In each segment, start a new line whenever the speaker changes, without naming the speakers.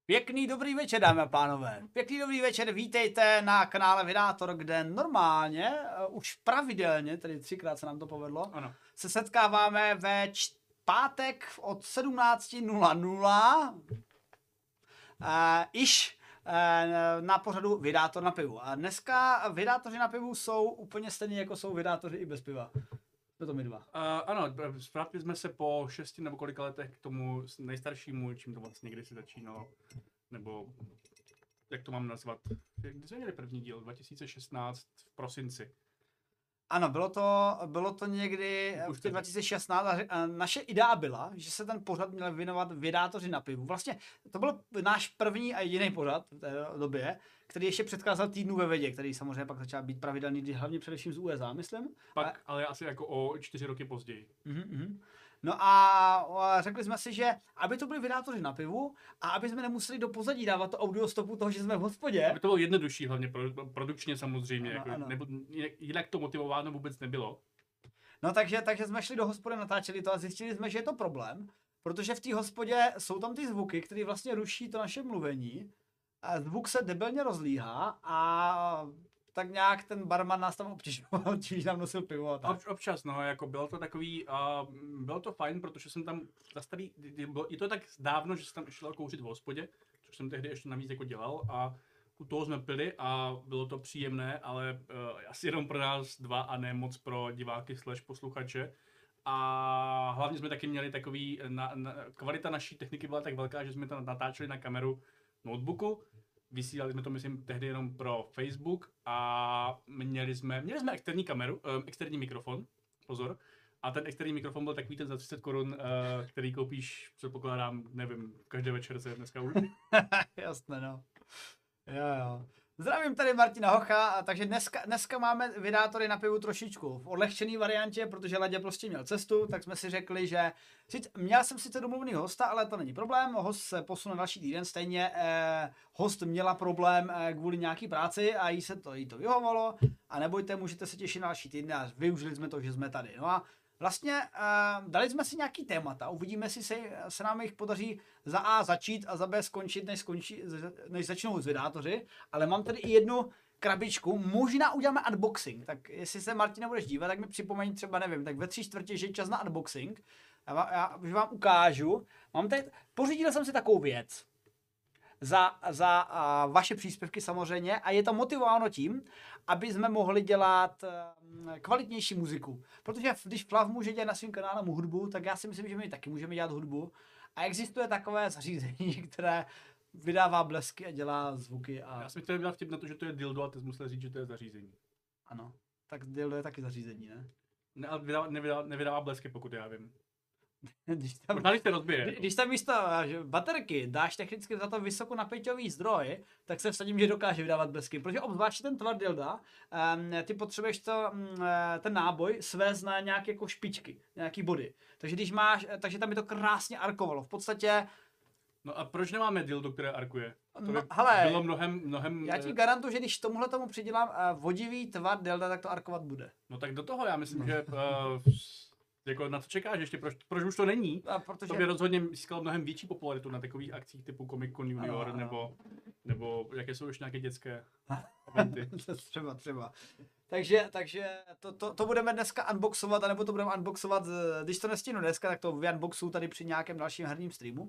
Pěkný dobrý večer, dámy a pánové. Pěkný dobrý večer, vítejte na kanále Vydátor, kde normálně, už pravidelně, tedy 3krát se nám to povedlo,
Ano.
se setkáváme ve pátek od 17:00 na pořadu Vydátor na pivu. A dneska Vydátoři na pivu jsou úplně stejně, jako jsou Vydátoři i bez piva. To my dva.
Ano, vrátili jsme se po 6 nebo kolika letech k tomu nejstaršímu, čím to vlastně někdy si začínalo. Nebo jak to mám nazvat? Kdy jsme měli první díl? 2016 v prosinci.
Ano, bylo to někdy v 2016 a naše idea byla, že se ten pořad měl věnovat Vydátoři na pivu. Vlastně to byl náš první a jediný pořad v té době, který ještě předcházel Týdnu ve vědě, který samozřejmě pak začal být pravidelný, hlavně především z USA, myslím.
Pak, ale asi jako o 4 roky později.
No a řekli jsme si, že aby to byli Vydátoři na pivu a aby jsme nemuseli do pozadí dávat to audio stopu toho, že jsme v hospodě.
Aby to bylo jednodušší, hlavně produkčně samozřejmě,
Ano,
jako,
ano.
Nebo jinak to motivováno vůbec nebylo.
No takže jsme šli do hospody, natáčeli to a zjistili jsme, že je to problém, protože v té hospodě jsou tam ty zvuky, které vlastně ruší to naše mluvení. A zvuk se debilně rozlíhá a tak nějak ten barman nás tam obtěžoval, když nám nosil pivo a tak.
Občas, no, jako bylo to takový, bylo to fajn, protože jsem tam je to tak dávno, že jsem tam šel kouřit v hospodě, což jsem tehdy ještě navíc jako dělal a u toho jsme pili a bylo to příjemné, ale asi jenom pro nás dva a ne moc pro diváky / posluchače. A hlavně jsme taky měli takový, kvalita naší techniky byla tak velká, že jsme to natáčeli na kameru notebooku. Vysílali jsme to, myslím, tehdy jenom pro Facebook a měli jsme externí kameru, externí mikrofon, pozor. A ten externí mikrofon byl takový ten za 30 korun, který koupíš, předpokládám, nevím, každý večer se dneska už.
Jasné, no. Jo. Zdravím tady Martina Hocha, takže dneska máme Vydátory na pivu trošičku v odlehčený variantě, protože Ladě prostě měl cestu, tak jsme si řekli, že měl jsem sice domluvený hosta, ale to není problém, host se posune další týden, stejně host měla problém kvůli nějaký práci a jí to vyhovovalo a nebojte, můžete se těšit na další týden a využili jsme to, že jsme tady. No a vlastně dali jsme si nějaký témata, uvidíme, jestli se nám jich podaří za A začít a za B skončit, než začnou s Vydátoři, ale mám tady i jednu krabičku, možná uděláme unboxing, tak jestli se Martina budeš dívat, tak mi připomeň třeba, nevím, tak ve 3/4, že je čas na unboxing, já vám ukážu, pořídil jsem si takovou věc, za vaše příspěvky samozřejmě a je to motivováno tím, aby jsme mohli dělat kvalitnější muziku. Protože když Flav může dělat na svém kanále hudbu, tak já si myslím, že my taky můžeme dělat hudbu. A existuje takové zařízení, které vydává blesky a dělá zvuky.
Já jsem chtěl dělat vtip na to, že to je dildo a ty jsi musel říct, že to je zařízení.
Ano, tak dildo je taky zařízení, ne?
Ne, ale nevydává blesky, pokud já vím.
Když tam místo baterky dáš technicky za to vysokonapěťový zdroj, tak se vsadím, že dokáže vydávat blesky. Protože obzvláště ten tvar dilda, ty potřebuješ ten náboj svést na nějaké jako špičky, nějaký body. Takže tam by to krásně arkovalo. V podstatě.
No a proč nemáme dildo, které arkuje? To
by bylo
mnohem...
Já ti garantuju, že když tomu přidělám vodivý tvar dilda, tak to arkovat bude.
No tak do toho já myslím, že... Jako na co čekáš ještě, proč už to není? Protože... To by rozhodně získalo mnohem větší popularitu na takových akcích typu Comic Con Junior, nebo jaké jsou ještě nějaké dětské eventy.
třeba. Takže to budeme dneska unboxovat, anebo to budeme unboxovat, když to nestihnu dneska, tak to unboxuju tady při nějakém dalším herním streamu.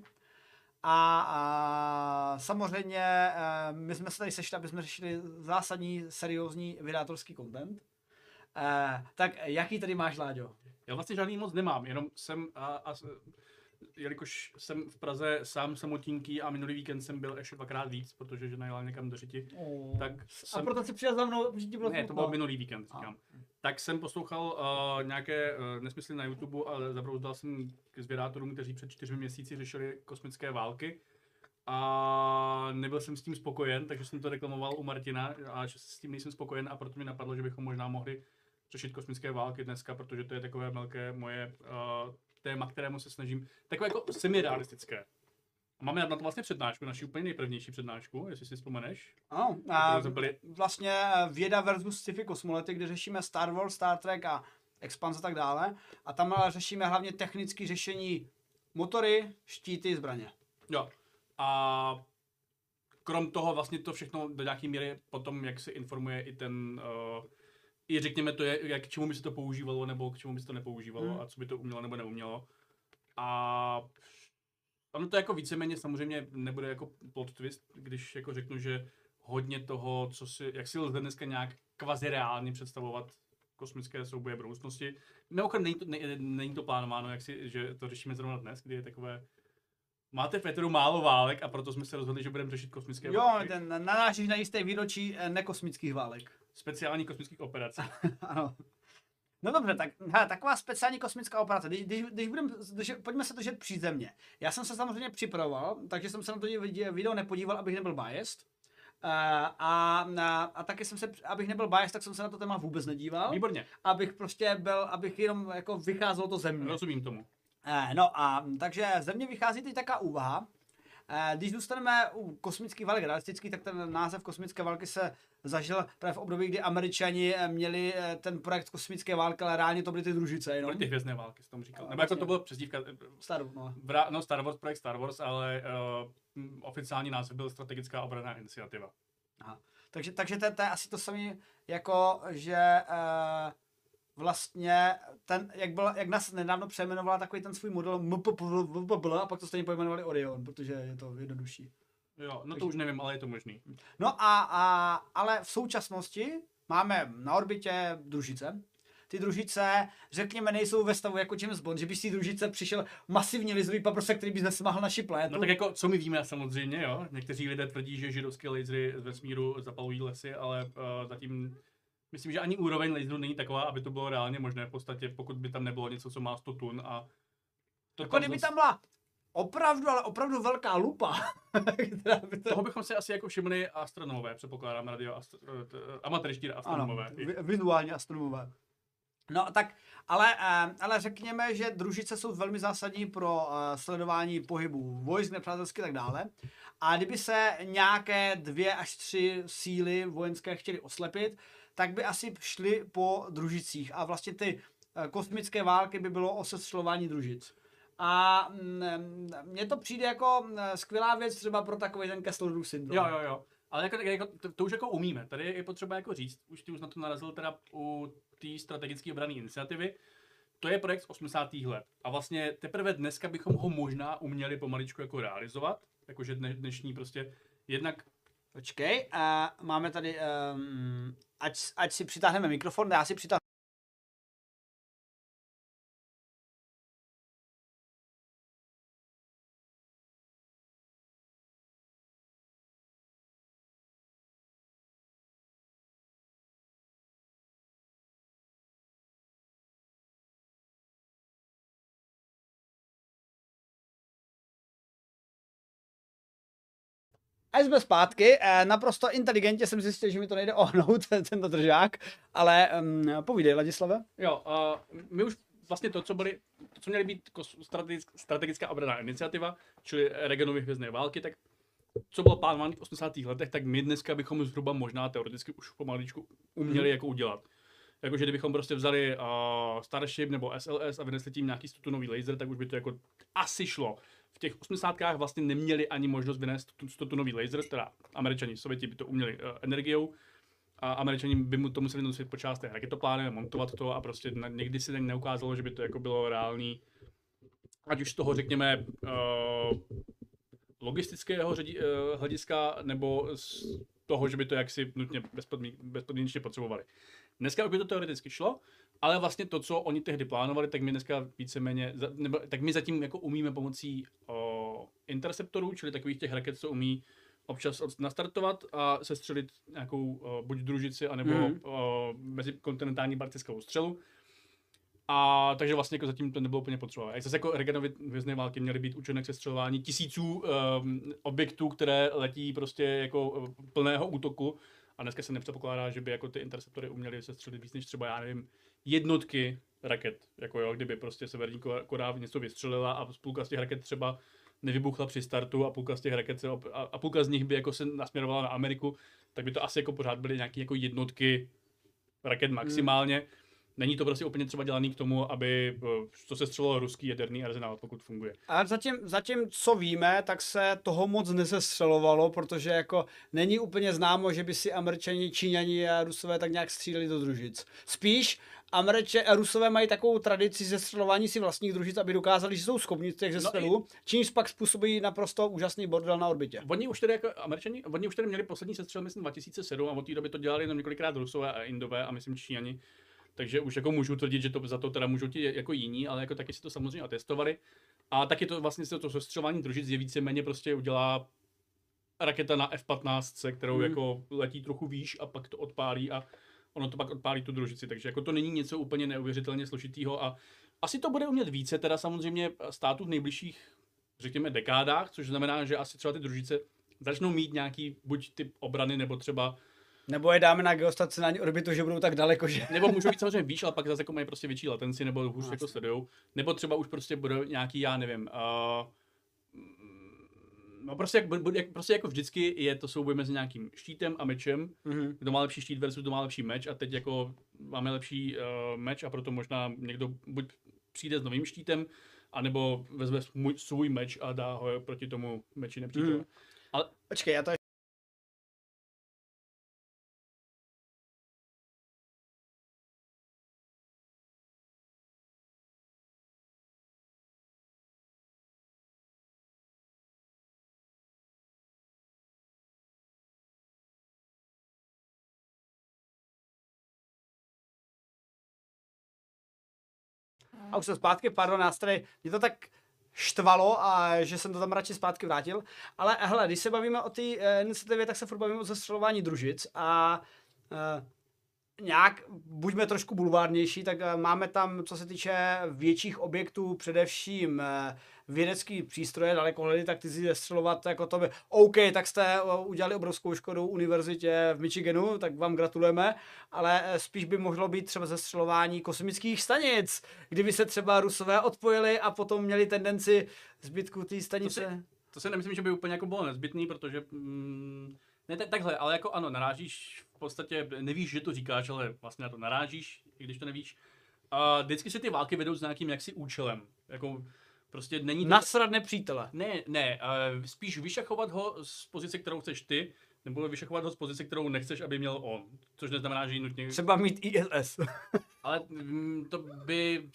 A samozřejmě my jsme se tady sešli, aby jsme řešili zásadní, seriózní vydátorský content. Tak jaký tady máš, Láďo?
Já vlastně žádný moc nemám, jenom jsem, jelikož jsem v Praze sám samotinký a minulý víkend jsem byl ještě 2krát víc, protože žena jela někam do Řiti, tak jsem...
A proto si přijel za mnou, že ti bylo
Ne, to byl minulý víkend, říkám. Tak jsem poslouchal nějaké nesmysly na YouTube a zabrouzdal jsem k Vydátorům, kteří před 4 měsíci řešili kosmické války. A nebyl jsem s tím spokojen, takže jsem to reklamoval u Martina a že s tím nejsem spokojen a proto mi napadlo, že bychom možná mohli řešit kosmické války dneska, protože to je takové velké moje téma, kterému se snažím, takové jako semi-realistické. Máme na to vlastně přednášku, naši úplně nejprvnější přednášku, jestli si vzpomeneš.
Ano, vlastně věda versus sci-fi kosmolety, kde řešíme Star Wars, Star Trek a expanze a tak dále. A tam řešíme hlavně technické řešení motory, štíty, zbraně.
Jo. A krom toho vlastně to všechno do nějaké míry potom, jak se informuje i ten, i řekněme to je, jak k čemu by se to používalo, nebo k čemu by se to nepoužívalo a co by to umělo nebo neumělo. A ono to jako víceméně samozřejmě nebude jako plot twist, když jako řeknu, že hodně toho, jak si lze dneska nějak kvazi reálně představovat kosmické souboje v budoucnosti. Mimochodem není to plánováno, že to řešíme zrovna dnes, kdy je takové máte v Eteru málo válek a proto jsme se rozhodli, že budeme řešit kosmické války.
Jo, narážíš na jisté výročí nekosmických válek.
Speciální kosmických operací.
Ano. No dobře, tak hele, taková speciální kosmická operace. Pojďme se držet přízemně. Já jsem se samozřejmě připravoval, takže jsem se na to video nepodíval, abych nebyl biased. A taky abych nebyl biased, tak jsem se na to téma vůbec nedíval.
Výborně.
Abych jenom jako vycházel to země.
Rozumím tomu.
No a takže ze mě vychází teď taková úvaha. Když zůstaneme u kosmických válek realistických, tak ten název kosmické války se zažil právě v období, kdy Američani měli ten projekt kosmické války, ale reálně to byly ty družice. Jenom.
Byly ty hvězdné války, jsi tomu říkal. Nebo jako to bylo přezdívka. Star Wars, projekt Star Wars, ale oficiální název byl strategická obranná iniciativa.
Aha. Takže to je asi to samé, jako že vlastně jak nás nedávno přejmenovala takový ten svůj model MPPL a pak to stejně pojmenovali Orion, protože je to jednodušší.
Jo, no to už nevím, ale je to možný.
No ale v současnosti máme na orbitě družice. Ty družice, řekněme, nejsou ve stavu jako James Bond, že by z té družice přišel masivní laserový paprosek, který by nesmahl naši planetu.
No tak jako, co my víme samozřejmě, jo. Někteří lidé tvrdí, že židovské lasery z vesmíru zapalují lesy, ale zatím myslím, že ani úroveň laseru není taková, aby to bylo reálně možné v podstatě, pokud by tam nebylo něco, co má 100 tun a...
Jako kdyby tam byla opravdu velká lupa.
Toho bychom si asi jako všimli astronomové, předpokládám, amatérští astronomové.
Ano, vizuální astronomové. No tak, ale řekněme, že družice jsou velmi zásadní pro sledování pohybu vojsk, nepřátelských a tak dále. A kdyby se nějaké 2 až 3 síly vojenské chtěly oslepit, tak by asi šli po družicích. A vlastně ty kosmické války by bylo o sestřelování družic. A mně to přijde jako skvělá věc třeba pro takový ten Kesslerův syndrom.
Jo. Ale to už jako umíme. Tady je potřeba jako říct, ty už na to narazil teda u té strategické obranné iniciativy. To je projekt z 80. let. A vlastně teprve dneska bychom ho možná uměli pomaličku jako realizovat. Jakože dnešní prostě jednak...
Počkej, máme tady, ať si přitáhneme mikrofon, já si přitáhnu. A jsme zpátky, naprosto inteligentně jsem zjistil, že mi to nejde ohnout, tento držák, ale povídej, Ladislave.
Jo, my už vlastně to, co měly být strategická obranná iniciativa, čili Reaganovy hvězdné války, tak co bylo plánováno v 80. letech, tak my dneska bychom zhruba možná teoreticky už pomaličku uměli jako udělat. Jakože kdybychom prostě vzali Starship nebo SLS a vynesli tím nějaký 100-tunový laser, tak už by to jako asi šlo. V těch 80. vlastně neměli ani možnost vynést 100-tunový laser, teda Američani, Sověti by to uměli energiou a Američani by mu to museli nosit po částech raketoplány, montovat to a prostě někdy se neukázalo, že by to jako bylo reálný. Ať už z toho řekněme logistického hlediska nebo z toho, že by to jaksi nutně bezpodmínečně potřebovali. Dneska už by to teoreticky šlo, ale vlastně to, co oni tehdy plánovali, tak my dneska víceméně, tak my zatím jako umíme pomocí interceptorů, čili takových těch raket, co umí občas nastartovat a sestřelit nějakou buď družici, anebo mezikontinentální baltistickou střelu. A takže vlastně jako zatím to nebylo úplně potřeba. Jak zase jako Reaganovy hvězdné války měly být určené k sestřelování tisíců objektů, které letí prostě jako plného útoku. A dneska se nepředpokládá, že by jako ty interceptory uměly sestřelit víc než třeba, já nevím, jednotky raket. Jako jo, kdyby prostě Severní Korea něco vystřelila a půlka z těch raket třeba nevybuchla při startu a půlka z těch raket a půlka z nich by jako se nasměrovala na Ameriku, tak by to asi jako pořád byly nějaké jako jednotky raket maximálně. není to prostě úplně třeba dělaný k tomu, aby to se střelilo ruský jaderný arzenál, pokud funguje.
A zatím, co víme, tak se toho moc nesestřelovalo, protože jako není úplně známo, že by si Američani, Číňani a Rusové tak nějak stříleli do družic. Spíš Rusové mají takovou tradici zestřelování si vlastních družic, aby dokázali, že jsou schopni těch zestřelů, čímž pak způsobí naprosto úžasný bordel na orbitě.
Oni už tedy jako Američani, oni už tedy měli poslední sestřel, myslím 2007 a od té doby to dělali jenom několikrát Rusové a Indové a myslím Číňani. Takže už jako můžu tvrdit, že to za to teda můžou ti jako jiní, ale jako taky si to samozřejmě atestovali. A taky to vlastně se to sestřelování družic je víceméně prostě udělá raketa na F-15, kterou jako letí trochu výš a pak to odpálí a ono to pak odpálí tu družici, takže jako to není něco úplně neuvěřitelně složitýho a asi to bude umět více, teda samozřejmě států v nejbližších, řekněme, dekádách, což znamená, že asi třeba ty družice začnou mít nějaký buď typ obrany, nebo třeba
nebo je dáme na geostacionární orbitu, že budou tak daleko, že...
Nebo můžou být samozřejmě výš, ale pak zase jako mají prostě větší latenci, nebo hůř jako sledujou. Nebo třeba už prostě bude nějaký, já nevím, no prostě, prostě jako vždycky je to souboj mezi nějakým štítem a mečem. Kdo má lepší štít versus kdo má lepší meč a teď jako máme lepší meč a proto možná někdo buď přijde s novým štítem, anebo vezme svůj meč a dá ho proti tomu meči nepřítele. Ale
počkej, já to a už jsem zpátky, pardon, nás tady, mě to tak štvalo a že jsem to tam radši zpátky vrátil, ale hele, když se bavíme o té iniciativě, tak se furt bavíme o zestřelování družic a nějak, buďme trošku bulvárnější, tak máme tam, co se týče větších objektů, především vědecký přístroje, dalekohledy, tak ty si zestřelovat jako to by, OK, tak jste udělali obrovskou škodu univerzitě v Michiganu, tak vám gratulujeme, ale spíš by mohlo být třeba zestřelování kosmických stanic, kdyby se třeba Rusové odpojili a potom měli tendenci zbytku té stanice.
To si nemyslím, že by úplně jako bylo nezbytný, protože ne takhle, ale jako ano, narážíš v podstatě, nevíš, že to říkáš, ale vlastně na to narážíš, i když to nevíš. A vždycky se ty války vedou s nějakým jaksi účelem. Jako prostě není to...
Nasrat nepřítele.
Ne, spíš vyšachovat ho z pozice, kterou chceš ty, nebo vyšachovat ho z pozice, kterou nechceš, aby měl on. Což neznamená, že ji nutně...
Třeba mít ISS.
Ale to by...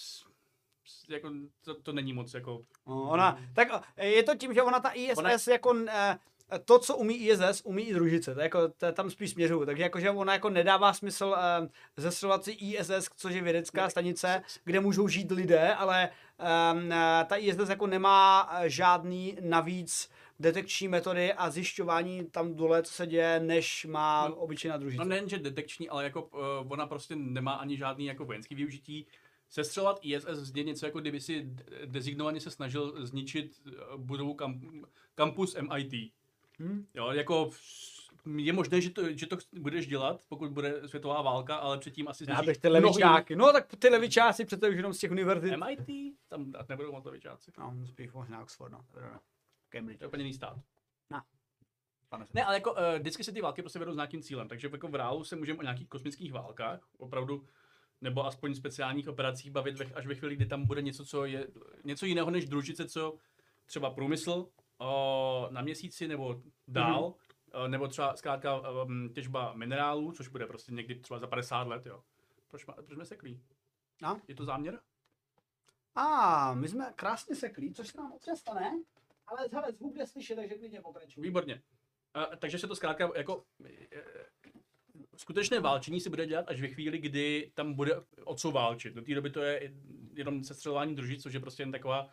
Jako, to není moc jako...
Tak je to tím, že ona ta ISS jako... To, co umí ISS, umí i družice, tam spíš směřuju, takže jakože ona jako nedává smysl zestřelovat si ISS, což je vědecká stanice, kde můžou žít lidé, ale ta ISS jako nemá žádný navíc detekční metody a zjišťování tam dole, co se děje, než má obyčejná družice.
No nejen, že detekční, ale jako ona prostě nemá ani žádný jako vojenský využití. Sestřelovat ISS je něco, jako kdyby si designovaně se snažil zničit budovu kampus MIT. Jo, jako je možné, že to budeš dělat, pokud bude světová válka, ale předtím asi
zničíš. Já bych ty levičáky, no tak ty levičáci přece už jenom z těch univerzit.
MIT? Tam nebudou moc levičáci.
No, spíš možná Oxford, no. Cambridge.
To je úplně jiný stát.
No.
Ne, ale jako vždycky se ty války prostě vedou s nějakým cílem, takže jako v reálu se můžeme o nějakých kosmických válkách, opravdu, nebo aspoň speciálních operacích bavit až ve chvíli, kdy tam bude něco, co je něco jiného než družice, co třeba průmysl na měsíci nebo dál, nebo třeba zkrátka těžba minerálů, což bude prostě někdy třeba za 50 let, jo. Proč jsme seklí?
No?
Je to záměr?
My jsme krásně seklí, což se nám občas stane, ale hele, zvuk jde slyšet, takže klidně pokračuj.
Výborně. Takže se to zkrátka jako skutečné válčení se bude dělat až ve chvíli, kdy tam bude o co válčit. Do té doby to je jenom sestřelování družic, což je prostě jen taková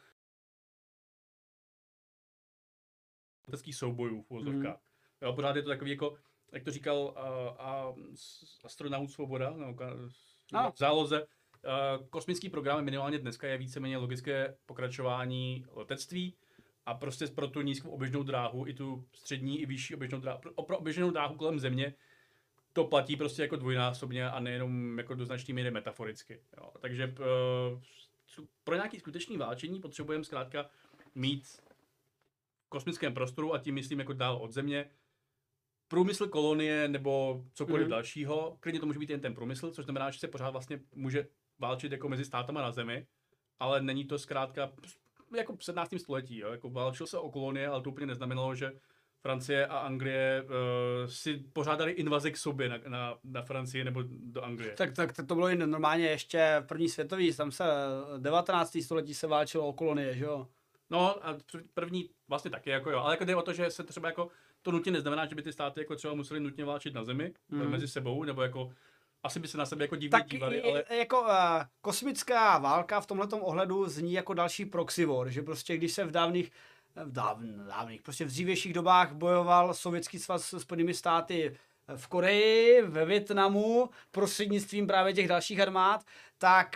soubojů v uvozovkách. Jo, pořád je to takový jako, jak to říkal astronaut Svoboda, v záloze, kosmický program minimálně dneska je víceméně logické pokračování letectví a prostě pro tu nízkou oběžnou dráhu i tu střední i vyšší oběžnou dráhu, pro oběžnou dráhu kolem Země to platí prostě jako dvojnásobně a nejenom jako do značné míry metaforicky. Jo. Takže pro nějaký skutečný válčení potřebujeme zkrátka mít v kosmickém prostoru, a tím myslím jako dál od Země, průmysl kolonie nebo cokoliv dalšího, klidně to může být jen ten průmysl, což znamená, že se pořád vlastně může válčit jako mezi státama na zemi, ale není to zkrátka jako v 17. století, jo? Jako válčil se o kolonie, ale to úplně neznamenalo, že Francie a Anglie si pořádali invazi k sobě na Francii nebo do Anglie.
Tak to bylo i normálně ještě v první světový, tam se 19. století se válčilo o kolonie, že jo?
No a první vlastně taky, jako jo, ale jako jde o to, že se třeba jako, to nutně neznamená, že by ty státy jako třeba museli nutně válčit na zemi, mezi sebou, nebo jako, asi by se na sebe jako divně dívali, ale...
jako kosmická válka v tomhletom ohledu zní jako další proxy war, že prostě když se v dávných, prostě v dřívějších dobách bojoval Sovětský svaz s Spojenými státy v Koreji, ve Vietnamu, prostřednictvím právě těch dalších armád, tak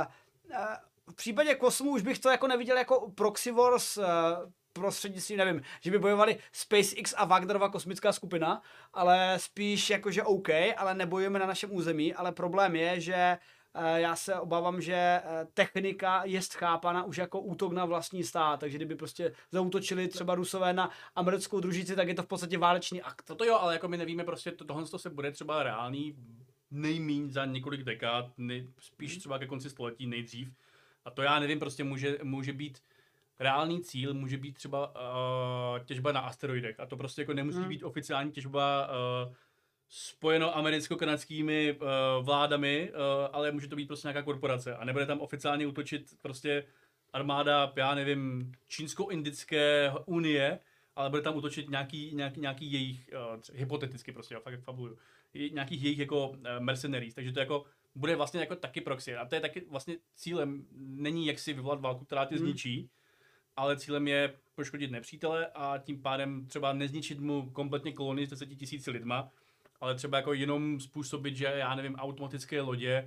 v případě kosmu už bych to jako neviděl jako proxy wars prostřednictvím, nevím, že by bojovali SpaceX a Wagnerova kosmická skupina, ale spíš jakože OK, ale nebojujeme na našem území, ale problém je, že já se obávám, že technika je chápána už jako útok na vlastní stát, takže kdyby prostě zaútočili třeba Rusové na americkou družici, tak je to v podstatě válečný akt.
To jo, ale jako my nevíme, prostě tohle se bude třeba reálný nejmíň za několik dekád, spíš třeba ke konci století nejdřív. A to já nevím, prostě může být reálný cíl, může být třeba těžba na asteroidech. A to prostě jako nemusí být oficiální těžba spojeno americko-kanadskými vládami, ale může to být prostě nějaká korporace. A nebude tam oficiálně útočit prostě armáda, já nevím, čínsko-indické unie, ale bude tam útočit nějaký jejich, hypoteticky prostě, fakt fabuluju, nějakých jejich jako mercenaries. Takže to jako bude vlastně jako taky proxy. A to je taky vlastně cílem, není jak si vyvolat válku, která tě zničí, ale cílem je poškodit nepřítele a tím pádem třeba nezničit mu kompletně kolonii s 10 000 lidma, ale třeba jako jenom způsobit, že já nevím, automatické lodě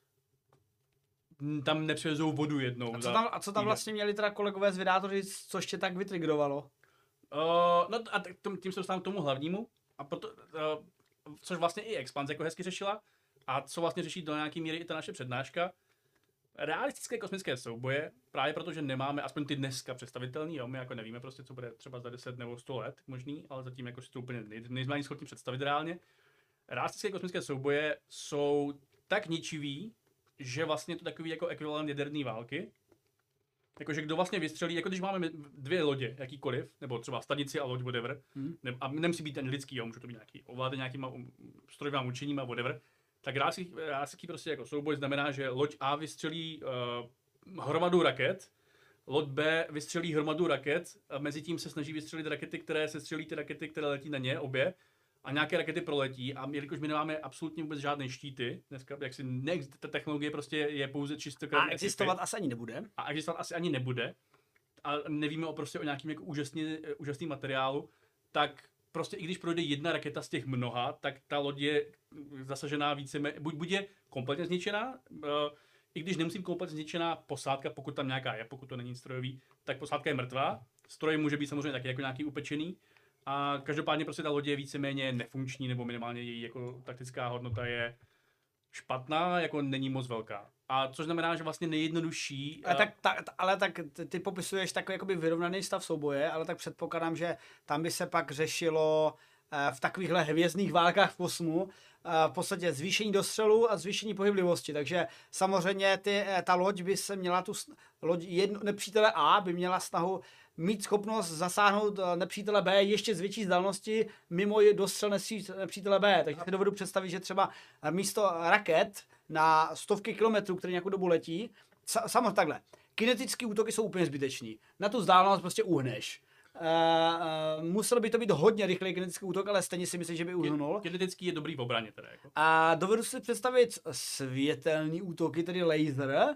tam nepřevezou vodu jednou.
A co tam vlastně měli teda kolegové z Vydátoři, což tě tak vytrigrovalo?
No a tím se dostávám k tomu hlavnímu, a proto, což vlastně i Expanse jako hezky řešila, a co vlastně řeší do nějaké míry i ta naše přednáška. Realistické kosmické souboje, právě protože nemáme, aspoň ty dneska představitelný, jo, my jako nevíme prostě, co bude třeba za 10 nebo 100 let možný, ale zatím jako si to úplně nejsme ani schopni představit reálně. Realistické kosmické souboje jsou tak ničivý, že vlastně to takový jako ekvivalent jaderné války. Jakože kdo vlastně vystřelí, jako když máme dvě lodě, jakýkoliv, nebo třeba stanici a loď, whatever, a nemusí být ten lidský, jo, může to být nějaký ovládat nějakýma strojovým učeníma, whatever, tak realistický prostě jako souboj znamená, že loď A vystřelí hromadu raket, loď B vystřelí hromadu raket a mezi tím se snaží vystřelit rakety, které sestřelí ty rakety, které letí na ně, obě, a nějaké rakety proletí, a jelikož my nemáme absolutně vůbec žádné štíty, dneska jaksi ta technologie prostě je pouze čistokrevné.
A existovat asi ani nebude.
A existovat asi ani nebude. A nevíme o nějakým jako úžasným materiálu, tak prostě i když projde jedna raketa z těch mnoha, tak ta loď je zasažená víceméně, buď je kompletně zničená, i když nemusí být kompletně zničená posádka, pokud tam nějaká je, pokud to není strojový, tak posádka je mrtvá. Stroj může být samozřejmě taky jako nějaký upečený. A každopádně prostě ta lodě je víceméně nefunkční, nebo minimálně její jako taktická hodnota je špatná, jako není moc velká. A což znamená, že vlastně nejjednodušší...
Ale tak ty popisuješ takový jakoby vyrovnaný stav souboje, ale tak předpokládám, že tam by se pak řešilo v takovýchhle hvězdných válkách v kosmu v podstatě zvýšení dostřelu a zvýšení pohyblivosti. Takže samozřejmě ta loď by se měla nepřítele A by měla snahu mít schopnost zasáhnout nepřítele B ještě z větší vzdálenosti mimo dostřel nepřítele B. Takže si dovedu představit, že třeba místo raket na stovky kilometrů, které nějakou dobu letí, samozřejmě takhle, kinetické útoky jsou úplně zbytečný. Na tu vzdálenost prostě uhneš. Musel by to být hodně rychlý kinetický útok, ale stejně si myslím, že by uhnul.
Kinetický je dobrý v obraně teda. Jako.
A dovedu si představit světelný útoky, tedy laser,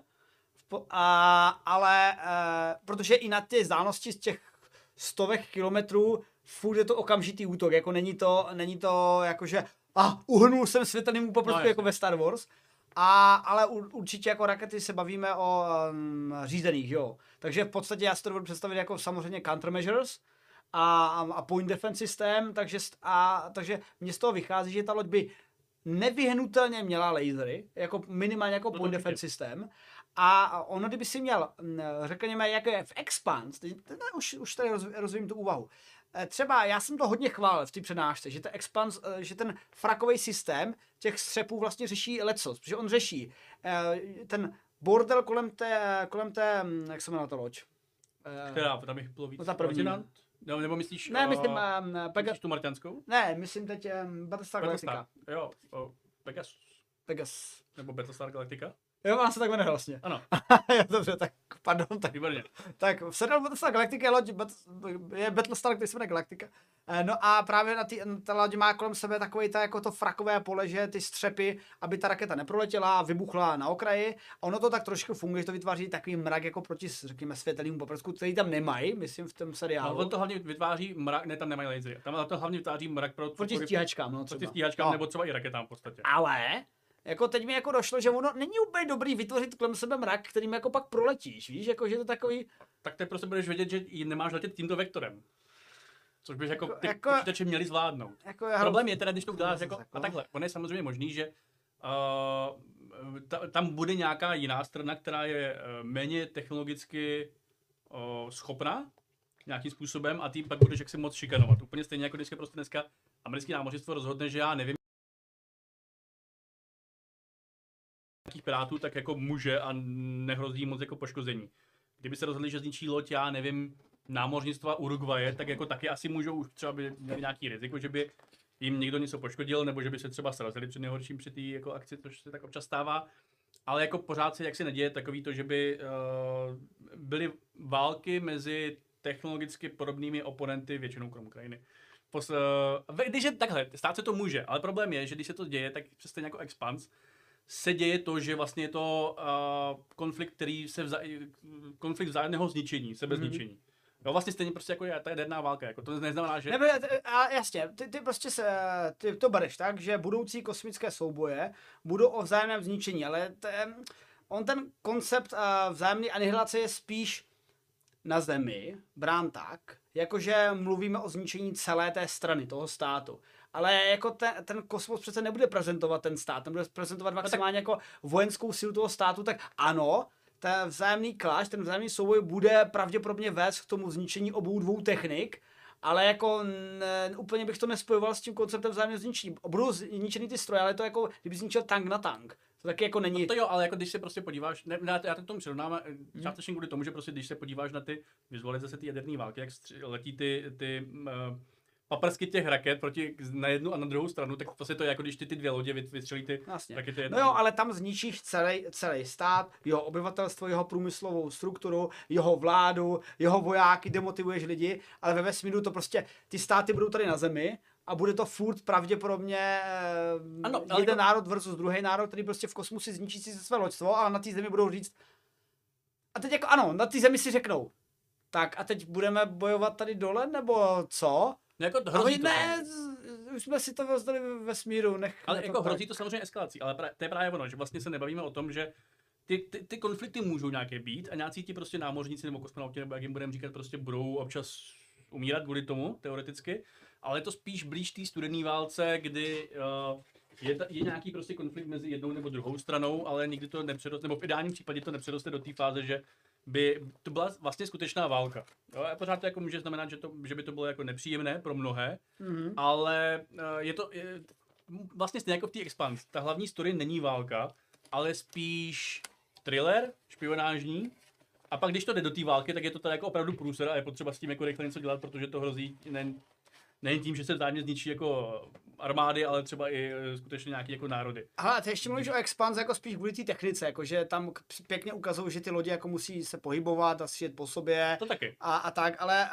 ale protože i na ty vzdálenosti z těch stovek kilometrů furt je to okamžitý útok, jako není to jakože uhnul jsem světelným poprostku jako ve Star Wars, ale určitě jako rakety se bavíme o řízených, jo. Takže v podstatě já si to dovedu představit jako samozřejmě countermeasures a point defense systém, takže mně z toho vychází, že ta loď by nevyhnutelně měla lasery, jako minimálně jako point defense systém, A ono, kdyby si měl, řekněme, jak je v Expanse, už tady rozvím tu úvahu. Třeba já jsem to hodně chválil v té přednášce, že ten Expanse, že ten frakový systém těch střepů vlastně řeší lecos, protože on řeší ten bordel kolem té, jak se jmenuje ta loď?
Která, tam jich bylo víc.
No ta první.
Nebo myslíš,
Ne, myslím,
myslíš tu marťanskou?
Ne, myslím teď Battlestar Galactica.
Jo, Pegasus. Nebo Battlestar Galactica?
Jo, ona se tak jmenuje vlastně.
Ano.
Dobře, tak pardon. Tak,
výborně.
Tak v seriálu Battlestar Galactica je loď, je Battlestar, který se jmenuje Galactica. No a právě ta loď má kolem sebe takový jako to frakové pole, že ty střepy, aby ta raketa neproletěla, vybuchla na okraji. A ono to tak trošku funguje, že to vytváří takový mrak jako proti, řekněme, světelnému paprsku, který tam nemají, myslím, v tom seriálu.
No, on to hlavně vytváří mrak, ne, tam nemají lasery. Tam to hlavně vytváří mrak
proti stíhačkám, no,
proti stíhačkám, nebo třeba i raketám v podstatě.
Ale jako teď mi jako došlo, že ono není úplně dobrý vytvořit kolem sebe mrak, kterým jako pak proletíš, víš, jako že to takový.
Tak ty prostě budeš vědět, že nemáš letět tímto vektorem. Což bys jako ty počítače měli zvládnout. Problém je teda, když to uděláš jako a takhle. On je samozřejmě možný, že tam bude nějaká jiná strana, která je méně technologicky schopná nějakým způsobem a ty pak budeš jaksi moc šikanovat. Úplně stejně jako dneska americké námořnictvo rozhodne, že já nevím, nějakých pirátů, tak jako může a nehrozí moc jako poškození. Kdyby se rozhodli, že zničí loď, já nevím, námořnictva Uruguaye, tak jako taky asi můžou už třeba by měli nějaký riziko, že by jim někdo něco poškodil, nebo že by se třeba srazili při nejhorším při té jako akci, což se tak občas stává. Ale jako pořád se jak se neděje takový to, že by byly války mezi technologicky podobnými oponenty, většinou krom Ukrajiny. Když je takhle, stát se to může, ale problém je, že když se to děje, tak přesně jako Expanse, se děje to, že vlastně je to konflikt, konflikt vzájemného zničení, sebezničení. No vlastně stejně prostě jako je ta jaderná válka, jako to neznamená, že...
Jasně, ty prostě ty to bereš tak, že budoucí kosmické souboje budou o vzájemném zničení, ale ten koncept vzájemné anihilace je spíš na Zemi brán tak, jakože mluvíme o zničení celé té strany, toho státu. Ale jako ten kosmos přece nebude prezentovat ten stát, ten bude prezentovat maximálně jako vojenskou sílu toho státu, tak ano, ten vzájemný clash, ten vzájemný souboj bude pravděpodobně vést k tomu zničení obou dvou technik, ale jako úplně bych to nespojoval s tím konceptem vzájemného zničení. Budou zničený ty stroje, ale to jako, kdyby zničil tank na tank. To taky jako není...
No to jo, ale jako když se prostě podíváš, já to k tomu přirovnám, částečně kvůli tomu, že prostě když se podíváš na ty vizualizace té jaderné války, jak letí ty paprsky těch raket na jednu a na druhou stranu, tak prostě to je jako když ty dvě lodě vystřelí ty rakety.
No jo, ale tam zničíš celý stát, jeho obyvatelstvo, jeho průmyslovou strukturu, jeho vládu, jeho vojáky, demotivuješ lidi, ale ve vesmíru to prostě, ty státy budou tady na Zemi a bude to furt pravděpodobně jeden národ versus druhý národ, který prostě v kosmu si zničí si své loďstvo, ale na té Zemi budou říct, a teď jako ano, na té Zemi si řeknou, tak a teď budeme bojovat tady dole, nebo co?
No jako hrozí to.
Už jsme si to vzdali ve vesmíru.
Ale jako hrozí to samozřejmě eskalací, ale to je právě ono, že vlastně se nebavíme o tom, že ty konflikty můžou nějaké být a nějací ti prostě námořníci nebo kosmonauti, nebo jak jim budeme říkat, prostě budou občas umírat kvůli tomu, teoreticky, ale je to spíš blíž té studené válce, kdy je nějaký prostě konflikt mezi jednou nebo druhou stranou, ale nikdy to nepřeroste, nebo v ideálním případě to nepřeroste do té fáze, že by to byla vlastně skutečná válka. Jo, a pořád to jako může znamenat, že by to bylo jako nepříjemné pro mnohé, ale je to vlastně stejně jako v té Expanse. Ta hlavní story není válka, ale spíš thriller, špionážní. A pak když to jde do té války, tak je to tady jako opravdu průser a je potřeba s tím jako rychle něco dělat, protože to hrozí nejen tím, že se vzájemně zničí jako armády, ale třeba i skutečně nějaký jako národy.
Aha, ty ještě mluvíš o Expanse jako spíš kvůli té technice, jakože tam pěkně ukazují, že ty lodi jako musí se pohybovat a sjet po sobě.
To taky.
A tak, ale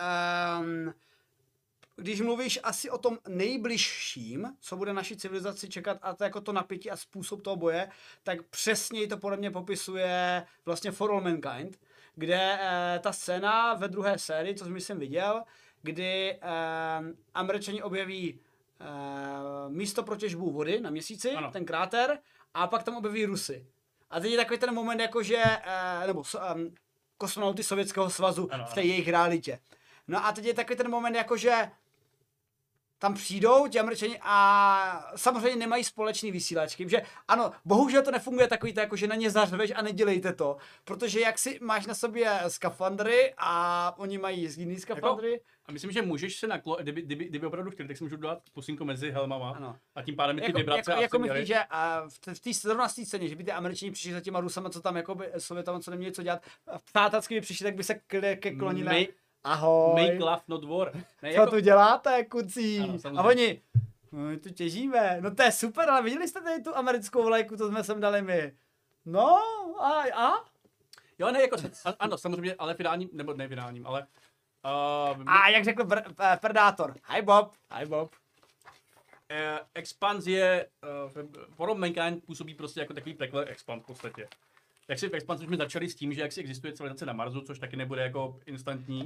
když mluvíš asi o tom nejbližším, co bude naší civilizaci čekat a to jako to napětí a způsob toho boje, tak přesněji to podle mě popisuje vlastně For All Mankind, kde ta scéna ve druhé sérii, co jsem viděl, kdy Američani objeví místo pro těžbu vody na Měsíci, ano. Ten kráter, a pak tam objeví Rusy. A teď je takový ten moment, jakože, nebo kosmonauty Sovětského svazu ano, v té jejich realitě. No a teď je takový ten moment, jakože tam přijdou ti Američani a samozřejmě nemají společný vysílačky, že ano, bohužel to nefunguje takový to, jako že na ně zařveš a nedělejte to, protože jak si máš na sobě skafandry a oni mají jiný skafandry.
A myslím, že můžeš se kdyby opravdu chtěli, tak si můžu dát pusínko mezi helmama
Ano.
a tím pádem ty
Jako,
vibrace
jako
měly.
myslíš, že v té zrovna z té scéně, že by ty Američani přišli za těma Rusama, co tam jakoby Sovětama, co neměli co dělat, přátelsky by přišli, tak by se klonili. Ahoj.
Make love, not war. Ne,
Co tu děláte, kucí?
Ano,
A
samozřejmě.
oni, no my tu těžíme. No to je super, ale viděli jste tady tu americkou vlajku, to jsme sem dali my. No, a?
Jo, ne, jako, ano, samozřejmě, ale finálním, nebo ne finálním, ale...
A jak řekl Predátor. Hi Bob. Hi Bob.
Expanzie, For All Mankind působí prostě jako takový prequel expand v podstatě. Jak si v expanzi jsme začali s tím, že jak si existuje civilizace na Marsu, což taky nebude jako instantní.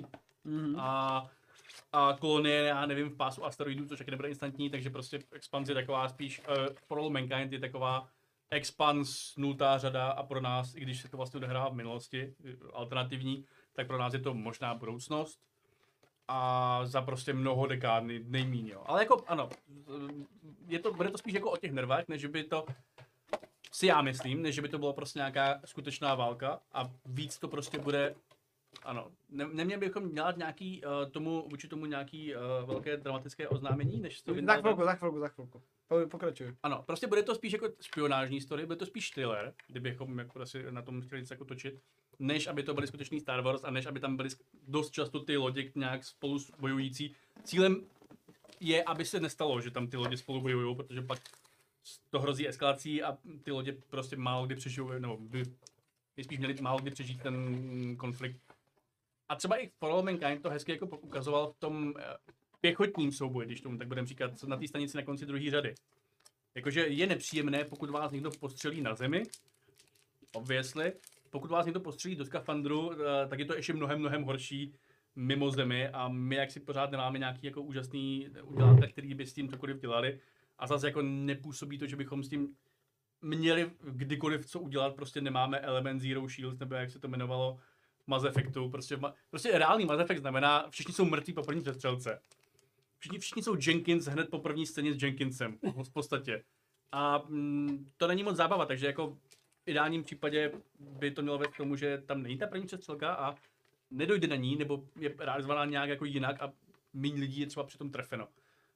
A kolonie, já nevím, v pásu asteroidů, což taky nebude instantní, takže prostě expanze je taková spíš, For All Mankind je taková expans nultá řada a pro nás, i když se to vlastně odehrává v minulosti, alternativní, tak pro nás je to možná budoucnost. A za prostě mnoho dekád nejmíň, jo. Ale jako ano, bude to spíš jako o těch nervách, než by to, si já myslím, než by to bylo prostě nějaká skutečná válka a víc to prostě bude, ano, neměli bychom dělat nějaký vůči tomu nějaký velké dramatické oznámení, než to
Za chvilku. Pokračuj.
Ano, prostě bude to spíš jako špionážní story, bude to spíš thriller, kdybychom jako asi na tom chtěli něco jako točit, než aby to byly skutečný Star Wars a než aby tam byly dost často ty lodě nějak spolu bojující. Cílem je, aby se nestalo, že tam ty lodě spolu bojují, protože pak to hrozí eskalací a ty lodě prostě málo kdy přežijou, nebo by spíš měli málo kdy přežít ten konflikt. A třeba i For All Mankind to hezky jako ukazoval v tom pěchotním souboji, když tomu tak budeme říkat, na té stanici na konci druhé řady. Jakože je nepříjemné, pokud vás někdo postřelí na zemi, obviously. Pokud vás někdo postřelí do skafandru, tak je to ještě mnohem horší mimo zemi a my jak si pořád nemáme nějaký jako úžasný udělátek, který by s tím cokoliv dělali a zase jako nepůsobí to, že bychom s tím měli kdykoliv co udělat, prostě nemáme element Zero Shield, nebo jak se to jmenovalo v Mass Effectu, prostě reálný Mass Effect znamená, všichni jsou mrtví po první přestřelce. Všichni jsou Jenkins hned po první scéně s Jenkinsem, v podstatě. A to není moc zábava, takže jako v ideálním případě by to mělo vést k tomu, že tam není ta první přestřelka a nedojde na ní, nebo je realizovaná nějak jako jinak a méně lidí je třeba přitom trefeno.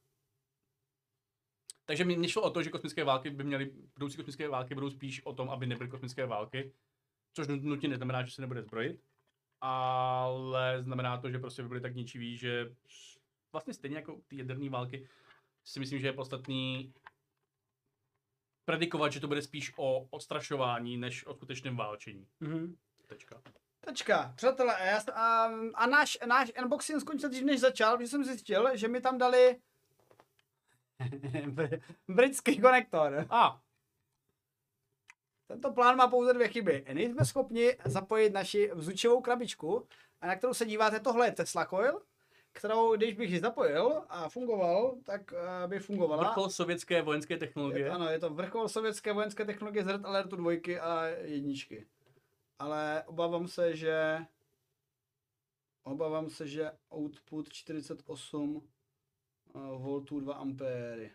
Takže mě šlo o to, že kosmické války budoucí kosmické války budou spíš o tom, aby nebyly kosmické války, což nutně neznamená, že se nebude zbrojit, ale znamená to, že prostě by byly tak ničivý, že vlastně stejně jako ty jaderné války si myslím, že je podstatný predikovat, že to bude spíš o odstrašování, než o skutečném válčení. Tečka.
Přátelé, a náš unboxing skončil dřív než začal, protože jsem zjistil, že mi tam dali britský konektor. Tento plán má pouze 2 chyby. Nejsme schopni zapojit naši vzdušovou krabičku, a na kterou se díváte, tohle je Tesla Coil, kterou, když bych ji zapojil a fungoval, tak by fungovala.
Vrchol sovětské vojenské technologie.
Ano, je to vrchol sovětské vojenské technologie z Red Alertu 2 a 1. Ale obávám se, že output 48 voltů 2 ampéry.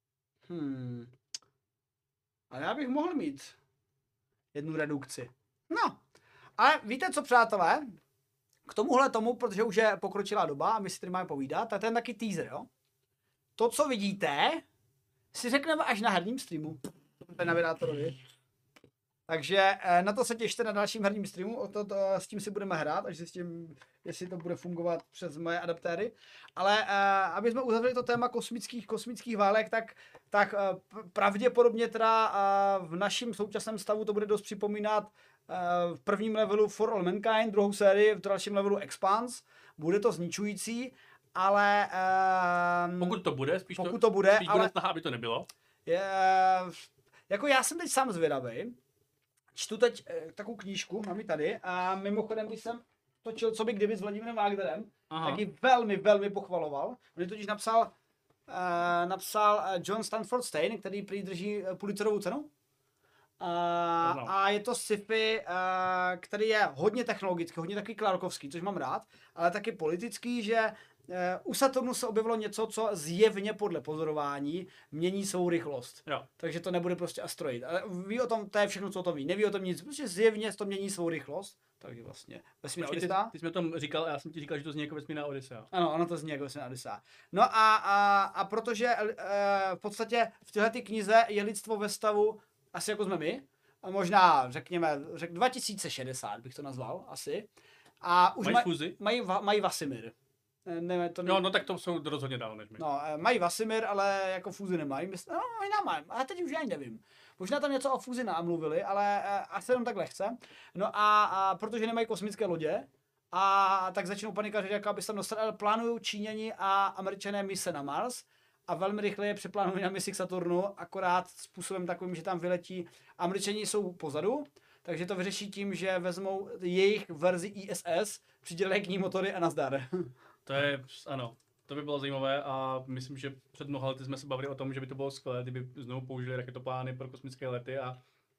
Ale já bych mohl mít jednu redukci. No, ale víte co, přátelé? K tomuhle tomu, protože už je pokročilá doba a my si tady máme povídat, tak ten taky teaser, jo? To, co vidíte, si řekneme až na herním streamu. Na Vydátorovi. Takže na to se těšte na dalším herním streamu, s tím si budeme hrát, až zjistím, jestli to bude fungovat přes moje adaptéry. Ale aby jsme uzavřeli to téma kosmických válek, tak pravděpodobně teda v našem současném stavu to bude dost připomínat v prvním levelu For All Mankind, druhou sérii, v dalším levelu Expanse. Bude to zničující, ale...
pokud to bude, spíš
ale,
bude snaha, aby to nebylo.
Jako já jsem teď sám zvědavej. Čtu teď takovou knížku, mám ji tady, a mimochodem, když jsem točil Co by kdyby s Vladimírem Wagnerem, tak ji velmi pochvaloval. On ji totiž napsal John Stanford Stein, který prý drží Pulitzerovu cenu. A je to sci-fi, který je hodně technologický, hodně takový clarkovský, což mám rád, ale taky politický, že u Saturnu se objevilo něco, co zjevně podle pozorování mění svou rychlost.
Jo.
Takže to nebude prostě asteroid. Ale ví o tom, to je všechno, co o tom ví. Neví o tom nic, protože zjevně to mění svou rychlost. Takže vlastně vesmírná Odyssea.
Ty jsi mi o tom říkal, já jsem ti říkal, že to zní jako vesmírná Odyssea.
Ano, ono to zní jako vesmírná Odyssea. No a protože v podstatě v této knize je lidstvo ve stavu asi jako jsme my, a možná řekněme 2060 bych to nazval asi. A už
Mají fúzi?
mají Vasimir. Ne, to
No tak to jsou rozhodně dál než my.
No, mají Vasimir, ale jako fúzi nemají. No, možná mají, ale teď už já ani nevím. Možná tam něco o fúzi namluvili, ale asi jenom tak lehce. No a protože nemají kosmické lodě, a tak začnou panikařit, jak aby se tam dostali, ale plánují Číňani a Američané mise na Mars a velmi rychle je přeplánují na misi k Saturnu, akorát způsobem takovým, že tam vyletí. Američani jsou pozadu, takže to vyřeší tím, že vezmou jejich verzi ISS, přidělají k ní motory a nazdar.
To je, ano, to by bylo zajímavé a myslím, že před mnoha lety jsme se bavili o tom, že by to bylo skvělé, kdyby znovu použili raketoplány pro kosmické lety a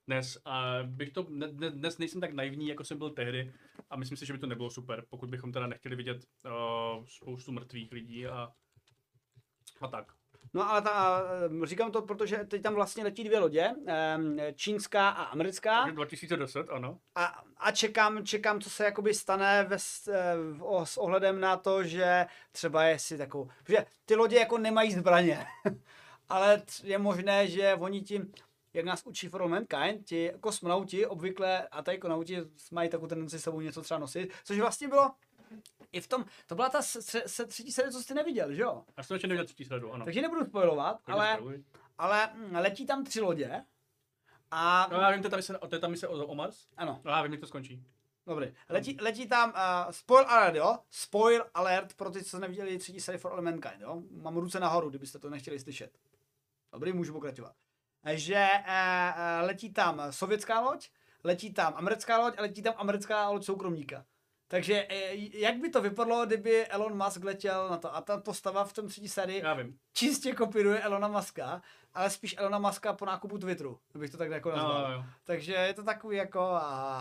dnes nejsem tak naivní, jako jsem byl tehdy a myslím si, že by to nebylo super, pokud bychom teda nechtěli vidět spoustu mrtvých lidí a tak.
No ale říkám to, protože teď tam vlastně letí dvě lodě, čínská a americká.
Takže 2010, ano.
A čekám, co se jakoby stane s ohledem na to, že třeba jestli takovou, protože ty lodě jako nemají zbraně, ale je možné, že oni tím, jak nás učí For All Mankind, ti kosmonauti obvykle a tajkonauti mají takovou tendenci s sebou něco třeba nosit, což vlastně bylo i v tom, to byla ta třetí série, co jsi neviděl, že jo?
Až jsem ještě neviděl třetí série, ano.
Takže nebudu spoilovat, ale letí tam 3 lodě a...
No já vím, to je ta mise o Mars?
Ano.
No já vím, jak to skončí.
Dobrý. Letí tam, spoil alert, jo? Spoil alert pro ty, co neviděli třetí série For All Mankind, jo? Mám ruce nahoru, kdybyste to nechtěli slyšet. Dobrý, můžu pokračovat. Že letí tam sovětská loď, letí tam americká loď a letí tam americká loď soukromníka. Takže jak by to vypadlo, kdyby Elon Musk letěl na to? A ta postava v tom třetí sérii čistě kopíruje Elona Muska, ale spíš Elona Muska po nákupu Twitteru, bych to tak jako nazval.
No.
Takže je to takový jako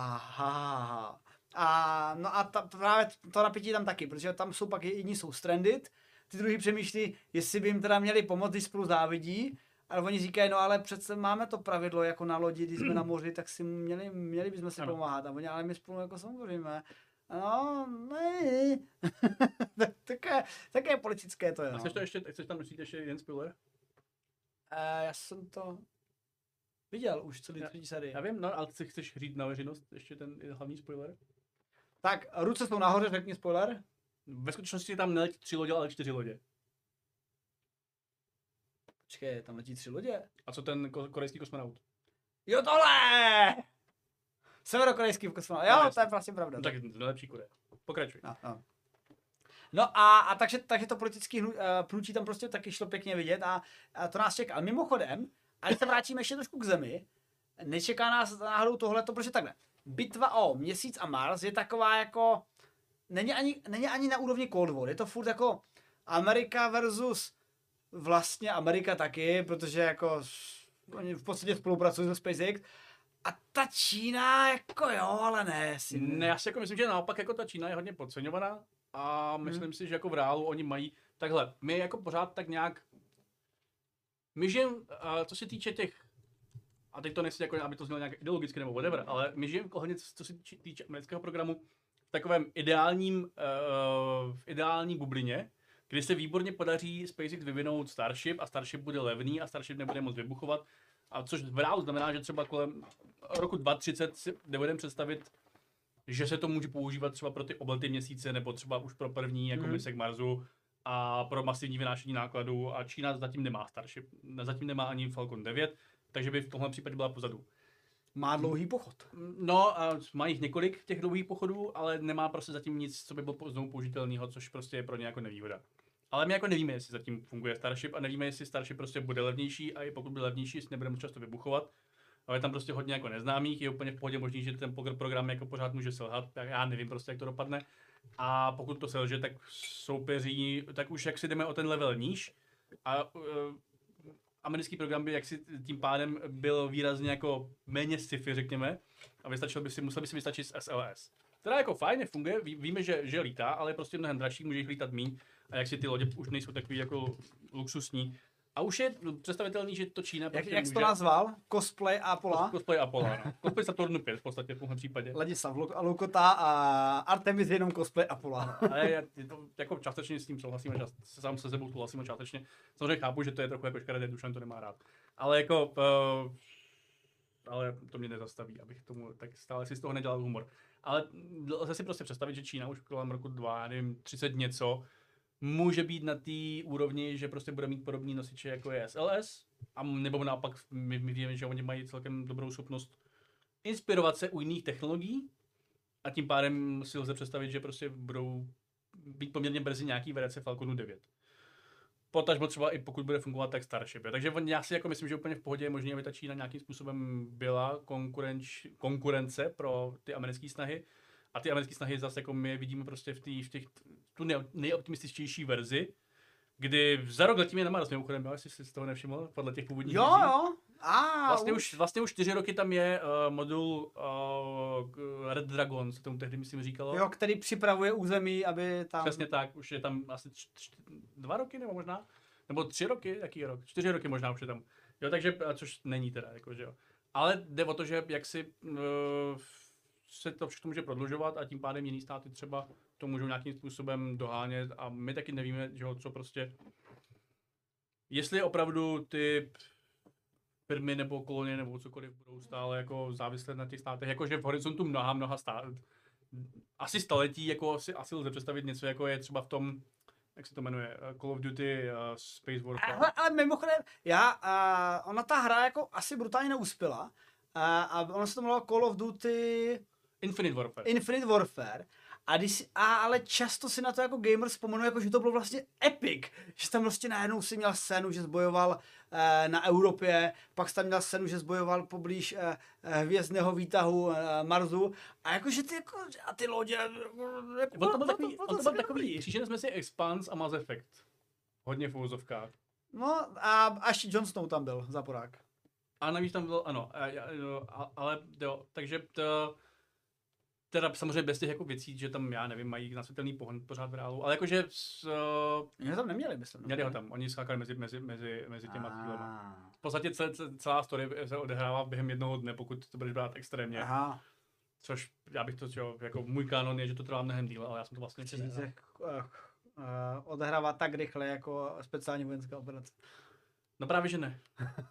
právě to napětí tam taky, protože tam jsou pak jedni jsou stranded, ty druhý přemýšlí, jestli by jim teda měli pomoct, když spolu závidí, ale oni říkají, no ale přece máme to pravidlo jako na lodi, když jsme na moři, tak si měli bychom si pomáhat. A oni, ale my spolu jako samozřejmě. No, ne. také politické to je.
A chceš tam nosít ještě jeden spoiler?
Já jsem to viděl už celý třetí sérii.
Já vím, no, ale ty chceš říct na veřejnost ještě ten hlavní spoiler?
Tak, ruce jsou nahoře, řekni spoiler.
Ve skutečnosti tam neletí 3 lodě, ale 4 lodě.
Počkej, tam letí 3 lodě.
A co ten korejský kosmonaut?
Jo, tohle! Severokorejský kosmonaut. Jo, to je vlastně pravda.
No, tak nejlepší Koreje. Pokračuj.
No a takže to politické pnutí tam prostě taky šlo pěkně vidět a to nás čeká. Ale mimochodem, a když se vrátíme ještě trošku k Zemi, nečeká nás náhodou tohleto, protože takhle. Bitva o Měsíc a Mars je taková jako, není ani na úrovni Cold War, je to furt jako Amerika versus vlastně Amerika taky, protože jako oni v podstatě spolupracují se SpaceX. A ta Čína jako jo, ale ne.
Ne, já si jako myslím, že naopak jako ta Čína je hodně podceňovaná a myslím si, že jako v reálu oni mají takhle. My jako pořád tak nějak my žijeme, co se týče těch, a teď to nechci jako, aby to znělo nějak ideologicky nebo whatever, ale my žijeme hlavně, co se týče amerického programu, v takovém ideální bublině, kdy se výborně podaří SpaceX vyvinout Starship a Starship bude levný a Starship nebude moc vybuchovat. A což v reálu znamená, že třeba kolem roku 2030 si nebudeme představit, že se to může používat třeba pro ty oblety měsíce nebo třeba už pro první jako mise k Marsu a pro masivní vynášení nákladů a Čína zatím nemá Starship, zatím nemá ani Falcon 9, takže by v tomhle případě byla pozadu.
Má dlouhý pochod.
No, a má jich několik těch dlouhých pochodů, ale nemá prostě zatím nic, co by bylo znovu použitelného, což prostě je pro ně jako nevýhoda. Ale my jako nevíme, jestli zatím funguje Starship a nevíme, jestli Starship prostě bude levnější a i pokud bude levnější, jestli nebude moc často vybuchovat. Ale je tam prostě hodně jako neznámých, je úplně v pohodě možný, že ten program jako pořád může selhat, tak já nevím prostě, jak to dopadne. A pokud to selže, tak soupeří, tak už jak si jdeme o ten level níž a americký program by jaksi tím pádem byl výrazně jako méně sci-fi, řekněme, a musel by si vystačit s SLS. Teda jako fajně funguje, víme, že lítá, ale je prostě mnohem dražší, může jich lítat míň. A jak si ty lodě už nejsou takový jako luxusní. A už je představitelný, že to Čína prostě
Jak jsi to nazval? Cosplay Apollo?
Cosplay Apollo, no. Cosplay Saturnu 5 v podstatě v tomhle případě.
Ladislav Loukota a Artemis jenom cosplay Apollo.
Ale já to jako částečně s tím souhlasím, sám se sebou souhlasím a částečně. Samozřejmě chápu, že to je trochu jako škaredé, Dušan to nemá rád. Ale jako, ale to mě nezastaví, abych tomu tak stále si z toho nedělal humor. Ale lze si prostě představit, že Čína už kolem roku 30 něco, může být na té úrovni, že prostě bude mít podobný nosiče jako je SLS, a nebo naopak my víme, že oni mají celkem dobrou schopnost inspirovat se u jiných technologií a tím pádem si lze představit, že prostě budou být poměrně brzy nějaký variace Falconu 9. Potažmo třeba i pokud bude fungovat tak Starship. Takže já si jako myslím, že úplně v pohodě je možné, aby ta Čína nějakým způsobem byla konkurence pro ty americké snahy. A ty americké snahy zase jako my vidíme prostě v těch tu nejoptimističtější verzi, kdy za rok letíme na Mars, mimochodem, jestli jsi z toho nevšiml, podle těch původních
Jo,
vizí.
jo.
Vlastně už 4 roky tam je modul Red Dragon, se tomu tehdy myslím říkalo.
Jo, který připravuje území, aby tam...
Přesně tak, už je tam asi 2 roky nebo možná, nebo 3 roky, jaký rok? 4 roky možná už je tam. Jo, takže, což není teda, jako, že jo. Ale jde o to, že jak si se to všechno může prodlužovat a tím pádem jiný státy třeba to můžou nějakým způsobem dohánět a my taky nevíme, že jo, co prostě, jestli opravdu ty firmy nebo kolonie nebo cokoliv budou stále jako závislé na těch státech, jakože v horizontu mnoha států, asi staletí, jako asi lze představit něco, jako je třeba v tom, jak se to jmenuje, Call of Duty, Space Warfare.
Ale mimochodem, ona ta hra jako asi brutálně neuspěla. A ono se to jmenovalo Call of Duty... Infinite Warfare. Ale často si na to jako gamer vzpomenu, jako, že to bylo vlastně epic. Že tam prostě najednou si měl scénu, že zbojoval na Evropě, pak jsi tam měl scénu, že zbojoval poblíž hvězdného výtahu Marsu. A jakože ty, jako, a ty lodě...
To byl takový kříženec mezi Expanse a Mass Effect. Hodně v uvozovkách.
No a ještě Jon Snow tam byl, Zaporák.
A navíc tam byl, ano, ale jo, takže teda samozřejmě bez těch jako věcí, že tam, já nevím, mají nasvětelný pohon pořád v reálu, ale jakože
Oni tam neměli, myslím.
Měli ho tam, oni skákali mezi těma chvílema. V podstatě celá story se odehrává během jednoho dne, pokud to budeš brát extrémně.
Aha.
Což já bych to, jako můj kanon je, že to trvá mnohem díl, ale já jsem to vlastně
odehrává tak rychle jako speciální vojenská operace.
No právě, že ne.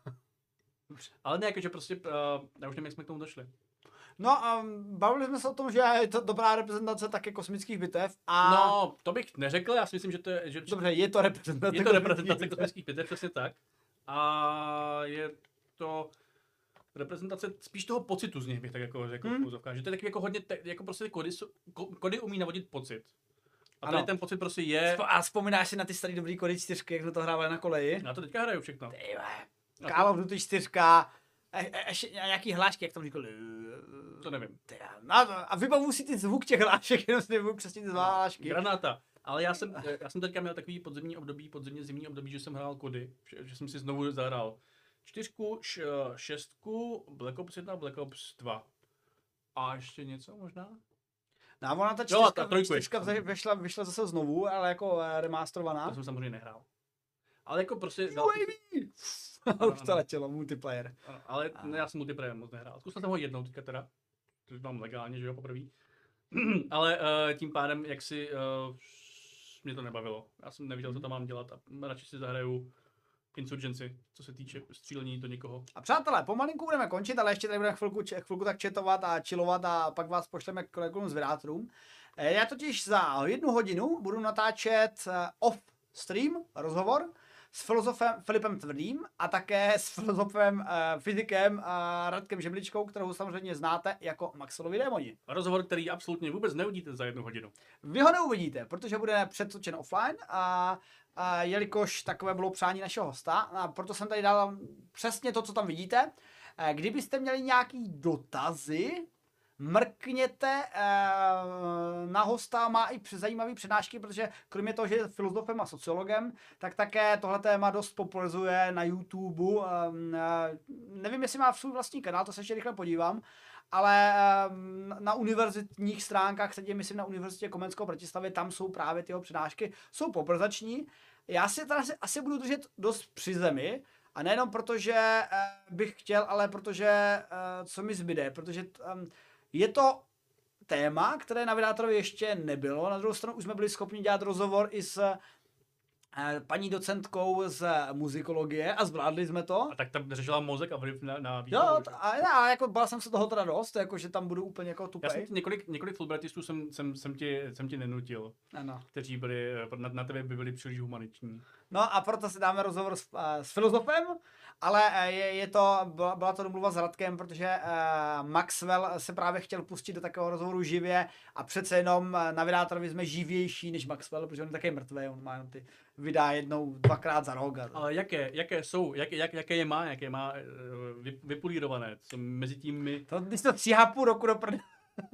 Ale ne, jakože prostě, já už nevím, jak jsme k tomu došli.
No a bavili jsme se o tom, že je to dobrá reprezentace také kosmických bitev a...
No, to bych neřekl, já si myslím, že to je... Že...
Dobře, je to reprezentace.
Je to reprezentace kosmických bitev, přesně tak. A je to reprezentace spíš toho pocitu z nich, bych tak jako řekl v úzovkách. Že to je taky jako hodně, jako prostě kody umí navodit pocit. A tady ten pocit prostě je...
A vzpomínáš si na ty starý dobrý kody 4, jak jsme to hrávali na koleji?
Já to teďka hraju všechno.
Call of Duty 4, ještě nějaký hlášky, jak tam říkali.
To nevím.
A vybavu si ty zvuk těch hlášek, jenom si nebudu přesně ty hlášky.
Granáta. Ale já jsem teďka měl takový podzimní zimní období, že jsem hrál kody, že jsem si znovu zahrál 4, 6, Black Ops 1, Black Ops 2. A ještě něco možná?
No, ona ta čtyřka vyšla zase znovu, ale jako remasterovaná.
To jsem samozřejmě nehrál. Ale jako prostě...
Už to letělo, multiplayer.
Ale já jsem multiplayer moc nehrál. Zkusil jsem ho jednou teďka teda, to mám legálně, že jo, poprvé. Ale tím pádem, jak si mě to nebavilo. Já jsem neviděl, co tam mám dělat a radši si zahraju Insurgency, co se týče střílení do někoho.
A přátelé, pomalinku budeme končit, ale ještě tady budeme chvilku tak chatovat a chillovat a pak vás pošleme k kolegům z Vydátorům. Já totiž za 1 hodinu budu natáčet off-stream rozhovor s filozofem Filipem Tvrdým a také s filozofem, fyzikem Radkem Žemličkou, kterou samozřejmě znáte jako Maxwellovi démoni.
Rozhovor, který absolutně vůbec neuvidíte za 1 hodinu.
Vy ho neuvidíte, protože bude předtočen offline a jelikož takové bylo přání našeho hosta, a proto jsem tady dal přesně to, co tam vidíte. Kdybyste měli nějaký dotazy, mrkněte na hosta, má i zajímavé přednášky, protože kromě toho, že je filozofem a sociologem, tak také tohle téma dost popularizuje na YouTube. Nevím, jestli má svůj vlastní kanál, to se ještě rychle podívám, ale na univerzitních stránkách, sedím myslím na Univerzitě Komenského v Bratislavě, tam jsou právě tyho přednášky, jsou poprzační. Já si teda asi budu držet dost při zemi, a nejenom proto, že bych chtěl, ale protože co mi zbyde, protože je to téma, které na Vydátorovi ještě nebylo. Na druhou stranu už jsme byli schopni dělat rozhovor i s paní docentkou z muzikologie a zvládli jsme to.
A tak tam řešila mozek a vliv na
Jo,
výchovu.
a jako bál jsem se toho teda dost, jako že tam budu úplně jako
Já
tupej.
jsem několik Fulbrightistů jsem ti nenutil,
Ano.
kteří byli, na tebe by byli příliš humanitní.
No a proto si dáme rozhovor s filozofem, ale byla to domluva s Radkem, protože Maxwell se právě chtěl pustit do takového rozhovoru živě a přece jenom na Vydátorovi jsme živější než Maxwell, protože on je také mrtvý, on má jenom ty vydá jednou, dvakrát za rok.
Ale jaké má vypolírované, co mezi tím my...
To když to stříhá půl roku do prdele.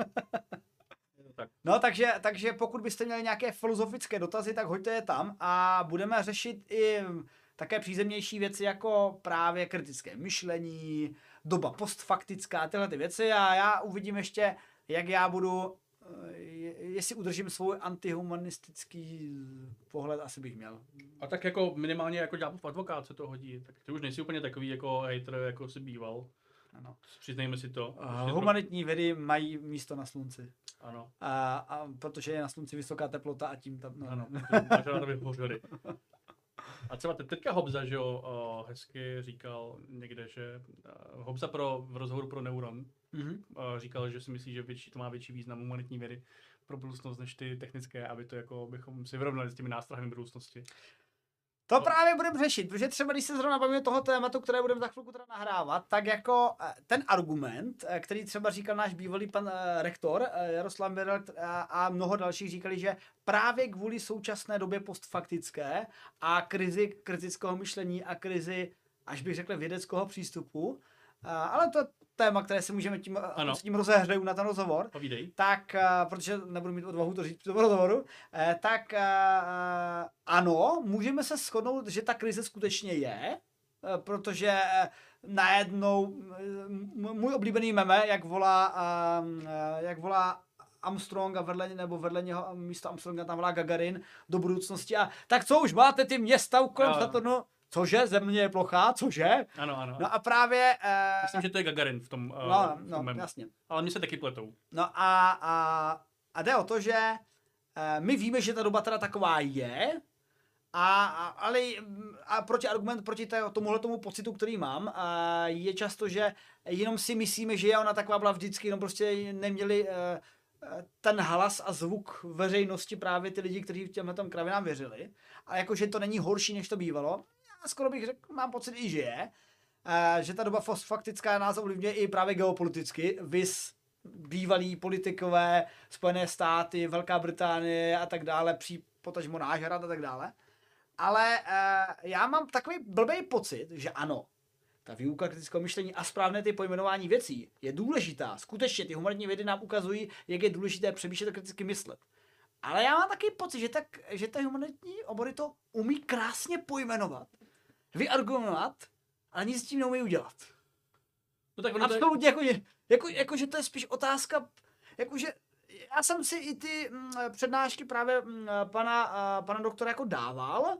Tak.
No, takže pokud byste měli nějaké filozofické dotazy, tak hoďte je tam a budeme řešit i také přízemnější věci, jako právě kritické myšlení, doba postfaktická, tyhle ty věci a já uvidím ještě, jak já budu, jestli udržím svůj antihumanistický pohled, asi bych měl.
A tak jako minimálně jako Ďáblův advokát se to hodí, tak ty už nejsi úplně takový jako hater, jako jsi býval.
Ano.
Přiznejme si to.
Humanitní vědy mají místo na slunci.
Ano.
A protože je na slunci vysoká teplota a tím tam... No.
Ano, máš rád, aby hořely. A třeba teďka Hobza, že jo, hezky říkal někde, že Hobza v rozhovoru pro Neuron říkal, že si myslí, že to má větší význam humanitní vědy pro budoucnost než ty technické, aby to jako bychom si vyrovnali s těmi nástrahami budoucnosti.
To právě budeme řešit, protože třeba když se zrovna bavíme toho tématu, které budeme za chvilku teda nahrávat, tak jako ten argument, který třeba říkal náš bývalý pan rektor Jaroslav Birel a mnoho dalších říkali, že právě kvůli současné době postfaktické a krizi kritického myšlení a krizi, až bych řekl, vědeckého přístupu, ale to je téma, které se můžeme tím rozehřeju na ten rozhovor.
Povídej.
Tak, protože nebudu mít odvahu to říct v tom rozhovoru, tak ano, můžeme se shodnout, že ta krize skutečně je, protože najednou můj oblíbený meme, jak volá Armstrong a vedle něho místo Armstronga tam volá Gagarin do budoucnosti a tak co už máte ty města kolem Saturnu? Cože? Země je plochá? Cože?
Ano.
No a právě...
Myslím, že to je Gagarin v tom memu.
Jasně.
Ale mi se taky pletou.
No a jde o to, že my víme, že ta doba teda taková je, ale protiargument proti tomuhletomu pocitu, který mám, je často, že jenom si myslíme, že ona taková byla vždycky, jenom prostě neměli ten hlas a zvuk veřejnosti právě ty lidi, kteří v těmhle kravinám věřili. A jakože to není horší, než to bývalo. Já skoro bych řekl, mám pocit i, že je. Že ta doba faktická nás ovlivňuje i právě geopoliticky. Vys bývalí politikové, Spojené státy, Velká Británie a tak dále, potažmo náš hrad a tak dále. Ale já mám takový blbej pocit, že ano, ta výuka kritického myšlení a správné ty pojmenování věcí je důležitá. Skutečně ty humanitní vědy nám ukazují, jak je důležité přemýšlet a kriticky myslet. Ale já mám takový pocit, že ty humanitní obory to umí krásně pojmenovat, vyargumentovat, ale nic s tím neumí udělat.
No tak
absolutně, že to je spíš otázka, jakože já jsem si i ty přednášky právě pana doktora jako dával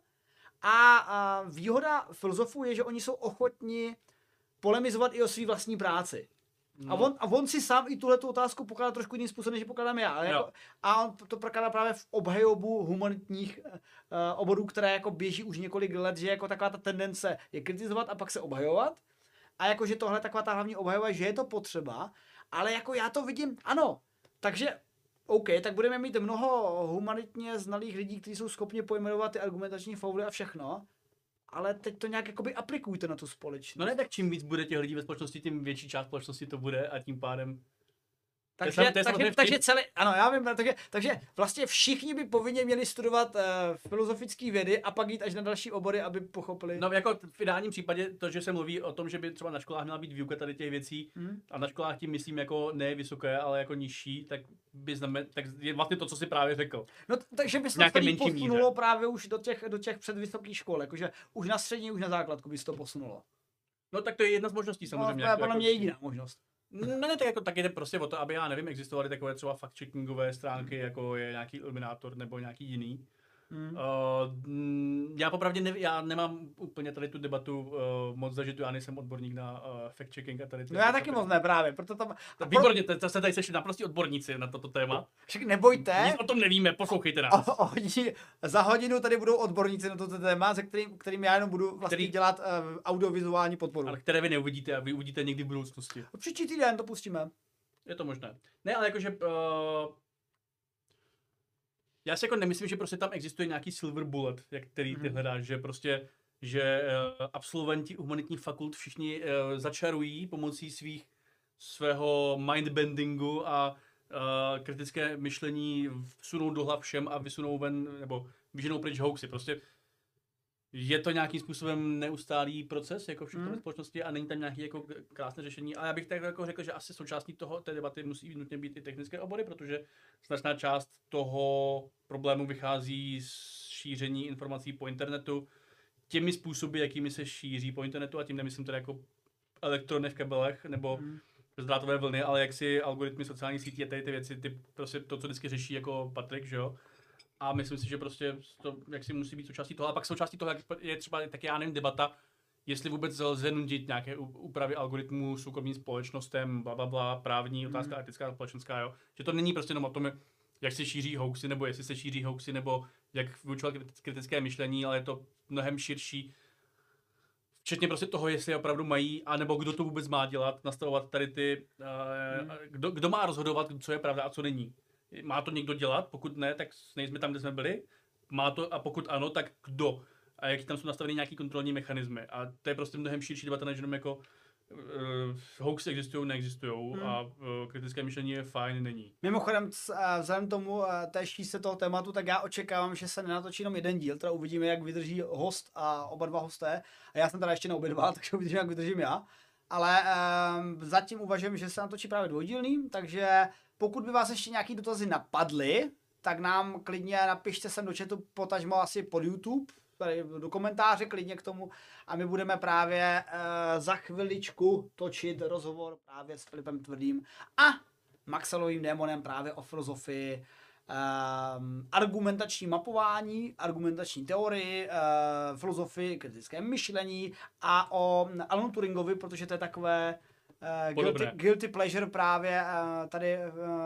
a výhoda filozofů je, že oni jsou ochotni polemizovat i o své vlastní práci. No. A on si sám i tuhletu otázku pokládá trošku jiným způsobem, než ji pokládám já. A on to pokládá právě v obhajobu humanitních oborů, které jako běží už několik let, že jako taková ta tendence je kritizovat a pak se obhajovat. A jakože tohle taková ta hlavní obhajoba, že je to potřeba, ale jako já to vidím, ano. Takže OK, tak budeme mít mnoho humanitně znalých lidí, kteří jsou schopni pojmenovat ty argumentační fauly a všechno. Ale teď to nějak jakoby aplikujte na tu společnost.
No ne, tak čím víc bude těch lidí ve společnosti, tím větší část společnosti to bude a tím pádem...
Takže celý, ano, já vím, takže vlastně všichni by povinně měli studovat filozofické vědy a pak jít až na další obory, aby pochopili.
No jako v ideálním případě to, že se mluví o tom, že by třeba na školách měla být výuka tady těch věcí a na školách tím myslím jako ne vysoké, ale jako nižší, tak tak je vlastně to, co si právě řekl.
No takže by se to posunulo právě už do těch předvysokých škol, jakože už na střední, už na základku by se to posunulo.
No tak to je jedna z možností samozřejmě.
No, to je podle mě jediná možnost.
Ne, tak jako taky jde prostě o to, aby, já nevím, existovaly takové třeba fact-checkingové stránky, jako je nějaký Illuminator nebo nějaký jiný. Já popravdě já nemám úplně tady tu debatu moc zažitu, já nejsem odborník na fact-checking a tady ty.
No já taky moc ne právě, proto tam...
Výborně, to se tady sešli naprostí odborníci na toto téma.
Však nebojte.
Nic o tom nevíme, poslouchejte nás.
Za hodinu tady budou odborníci na toto téma, se kterým já jenom budu vlastně dělat audiovizuální podporu.
Ale které vy neuvidíte a vy uvidíte někdy v budoucnosti.
Příští týden to pustíme.
Je to možné. Ne, ale jakože... Já si jako nemyslím, že prostě tam existuje nějaký silver bullet, jak který ty hledáš, že prostě, že absolventi humanitních fakult všichni začarují pomocí svého mindbendingu a kritické myšlení vsunou do hlav všem a vysunou ven, nebo vyženou pryč hoaxy. Prostě je to nějakým způsobem neustálý proces, jako všechno ve společnosti a není tam nějaký jako krásné řešení. Ale já bych tak jako řekl, že asi součástí té debaty musí nutně být i technické obory, protože značná část toho problému vychází z šíření informací po internetu, těmi způsoby, jakými se šíří po internetu, a tím nemyslím teda jako elektrony v kabelech nebo bezdrátové vlny, ale jaksi algoritmy sociálních sítí a tady ty věci, prostě to, co vždycky řeší jako Patrik, že jo. A myslím si, že prostě to jaksi musí být součástí toho. A pak součástí toho je třeba taky, já nevím, debata, jestli vůbec lze nutit nějaké úpravy algoritmů soukromým společnostem, blablabla, právní otázka, etická, společenská, jo. Že to není prostě jenom o tom, jak se šíří hoaxy, nebo jestli se šíří hoaxy, nebo jak vyučovat kritické myšlení, ale je to mnohem širší. Včetně prostě toho, jestli opravdu mají, anebo kdo to vůbec má dělat, nastavovat tady ty, kdo má rozhodovat, co je pravda a co není. Má to někdo dělat? Pokud ne, tak nejsme tam, kde jsme byli. Má to, a pokud ano, tak kdo? A jaký tam jsou nastaveny nějaký kontrolní mechanismy. A to je prostě mnohem širší debata, než jenom jako hoaxy existují, neexistují a kritické myšlení je fajn, není.
Mimochodem, vzhledem tomu té šířce toho tématu, tak já očekávám, že se nenatočí jenom jeden díl, teda uvidíme, jak vydrží host a oba dva hosté. A já jsem teda ještě neobědval, takže uvidím, jak vydržím já. Ale zatím uvažujem, že se natočí právě dvoudílný, takže pokud by vás ještě nějaký dotazy napadly, tak nám klidně napište sem do chatu, potažmo asi pod YouTube, tady do komentáře klidně k tomu, a my budeme právě za chviličku točit rozhovor právě s Filipem Tvrdým a Maxalovým démonem právě o filozofii, argumentační mapování, argumentační teorii, filozofii, kritické myšlení a o Alanu Turingovi, protože to je takové guilty pleasure právě tady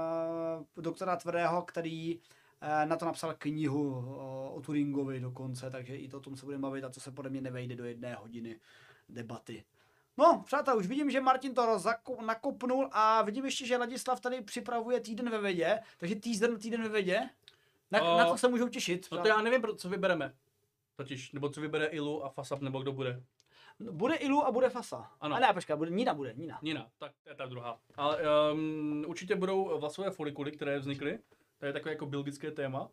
doktora Tvrdého, který na to napsal knihu o Turingovi dokonce, takže i to o tom se budeme bavit a co se podle mě nevejde do 1 hodiny debaty. No, přátelé, už vidím, že Martin to nakopnul a vidím ještě, že Ladislav tady připravuje týden ve vědě, takže týden ve vědě. Na to se můžou těšit.
No to já nevím, co vybereme. Totiž, nebo co vybere Ilu a Fasap, nebo kdo bude.
Bude Ilu a bude Fasa.
Ano.
A ne, počkej, Nina.
Nina, tak to je ta druhá. Ale určitě budou vlasové folikuly, které vznikly. To je takové jako biologické téma.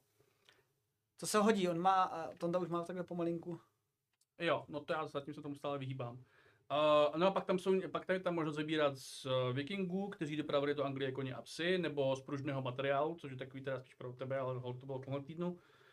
To se hodí, Tonda už má takhle pomalinku.
Jo, no to já zatím se tomu stále vyhýbám. No a pak tady tam možnost vybírat z vikingů, kteří dopravili do Anglie koně a psy, nebo z pružného materiálu, což je takový teda spíš pro tebe, ale to bylo tohle týdnu.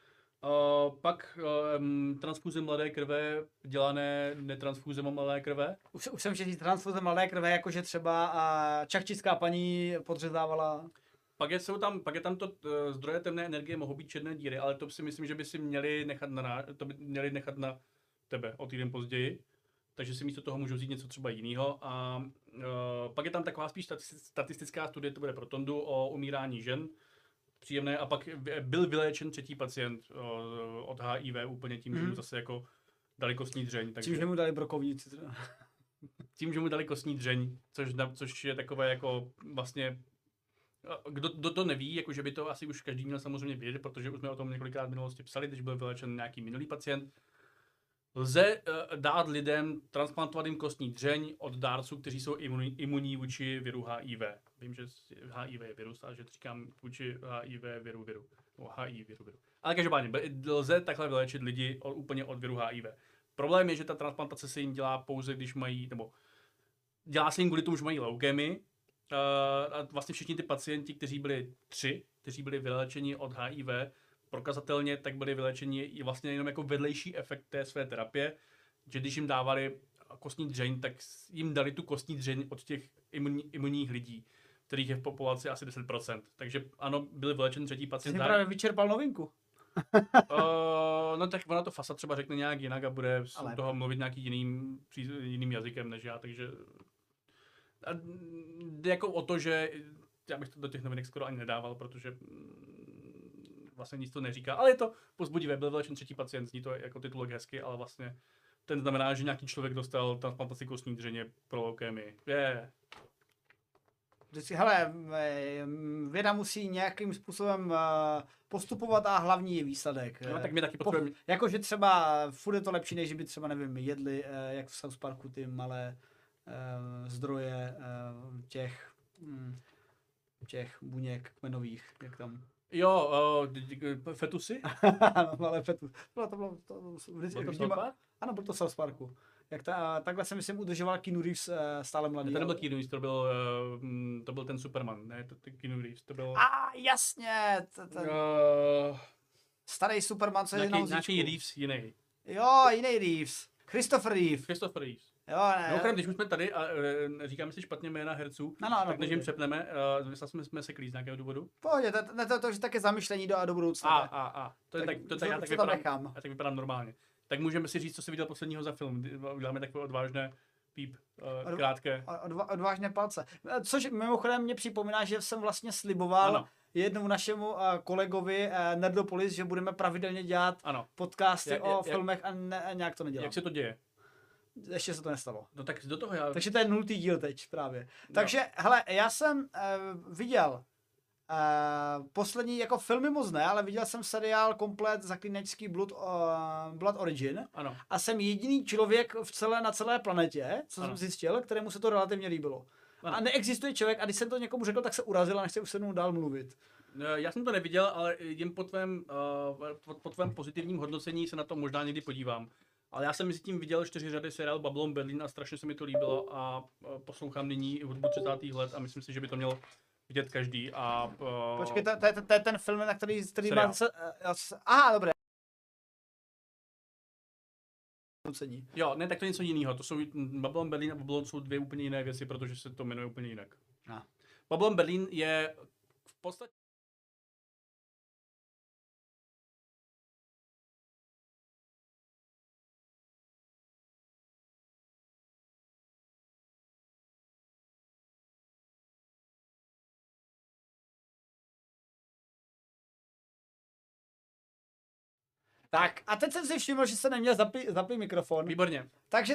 Pak transfuze mladé krve, dělané netransfuzem mladé krve.
Už jsem říct transfuze mladé krve, jakože třeba čachčická paní podřezávala.
Pak je tam to zdroje temné energie, mohou být černé díry, ale to si myslím, že by si měli nechat na tebe o týden později. Takže si místo toho můžu vzít něco třeba jiného. A pak je tam taková spíš statistická studie, to bude pro Tondu, o umírání žen. Příjemné. A pak byl vyléčen 3. pacient od HIV úplně tím, že mu zase jako dali kostní dřeň.
Takže... Tím, že mu dali brokovnici.
Tím, že mu dali kostní dřeň, což je takové jako vlastně... Kdo to neví, jako že by to asi už každý měl samozřejmě vědět, protože už jsme o tom několikrát v minulosti psali, když byl vylečen nějaký minulý pacient. Lze dát lidem, transplantovat jim kostní dřeň od dárců, kteří jsou imunní vůči viru HIV. Vím, že HIV je virus, a že říkám vůči HIV viru. No, HIV viru. Ale každopádně, lze takhle vylečit lidi úplně od viru HIV. Problém je, že ta transplantace se jim dělá pouze, když mají, nebo dělá se jim kvůli tomu, že mají leukemii. A vlastně všichni ty pacienti, kteří byli vylečeni od HIV, prokazatelně tak byli vylečeni vlastně jenom jako vedlejší efekt té své terapie, že když jim dávali kostní dřeň, tak jim dali tu kostní dřeň od těch imunních lidí, kterých je v populaci asi 10%. Takže ano, byl vylečen třetí
Jsi
pacient.
právě vyčerpal novinku.
No tak ona to Fasa třeba řekne nějak jinak a bude z
Ale
toho mluvit nějaký jiným jazykem než já, takže jde jako o to, že já bych to do těch novinek skoro ani nedával, protože vlastně nic to neříká, ale je to povzbudivé, byl vylečen třetí pacient, zní to jako titulek hezky, ale vlastně ten znamená, že nějaký člověk dostal transplantaci kostní dřeně pro leukémii.
Vždycky, hele, věda musí nějakým způsobem postupovat a hlavní je výsledek.
No, tak my taky potřebujeme.
Jakože třeba furt je to lepší, než by třeba, nevím, jedli, jak v South Parku, ty malé zdroje těch buněk kmenových, jak tam.
Jo, fetusy?
Malé fetus. Ano, byl to South Parku. Takhle se myslím udržoval Keanu Reeves stále mladý.
To nebyl Keanu Reeves, to byl ten Superman, ne, to Keanu Reeves, to byl...
Jasně! Starý Superman, co je na
nějaký Reeves jiný.
Jo, jiný Reeves. Christopher Reeves. Jo, ne.
Mimochodem, když už jsme tady a říkáme si špatně jména herců, tak než jim přepneme, mysleli jsme seklí z nějakého důvodu.
Pohodě, to už také zamyšlení do budoucna.
To je tak, já tak vypadám normálně. Tak můžeme si říct, co jsi viděl posledního za film. Uděláme takové odvážné krátké.
Odvážné palce. Což mimochodem mě připomíná, že jsem vlastně sliboval jednomu našemu kolegovi Nerdopolis, že budeme pravidelně dělat podcasty o filmech a nějak to nedělám.
Jak se to děje?
Ještě se to nestalo.
No tak do toho já...
Takže to je 0. díl teď právě. Takže, hele, já jsem viděl poslední, jako filmy moc ne, ale viděl jsem seriál komplet Zaklínačský Blood Origin.
Ano.
A jsem jediný člověk na celé planetě, co jsem zjistil, kterému se to relativně líbilo. Ano. A neexistuje člověk, a když jsem to někomu řekl, tak se urazil a nechce už se mnou dál mluvit.
Já jsem to neviděl, ale jen po tvém pozitivním hodnocení se na to možná někdy podívám. Ale já jsem mezi tím viděl 4 řady seriál Babylon Berlin a strašně se mi to líbilo a poslouchám nyní hudbu 30. let a myslím si, že by to měl vidět každý.
Počkej, to je ten film, na který má se... Aha, dobré.
Jo, ne, tak to je něco jiného. To jsou Babylon Berlin a Babylon jsou 2 úplně jiné věci, protože se to jmenuje úplně jinak. Babylon Berlin je v podstatě...
Tak, a teď jsem si všiml, že se neměl zapít mikrofon.
Výborně.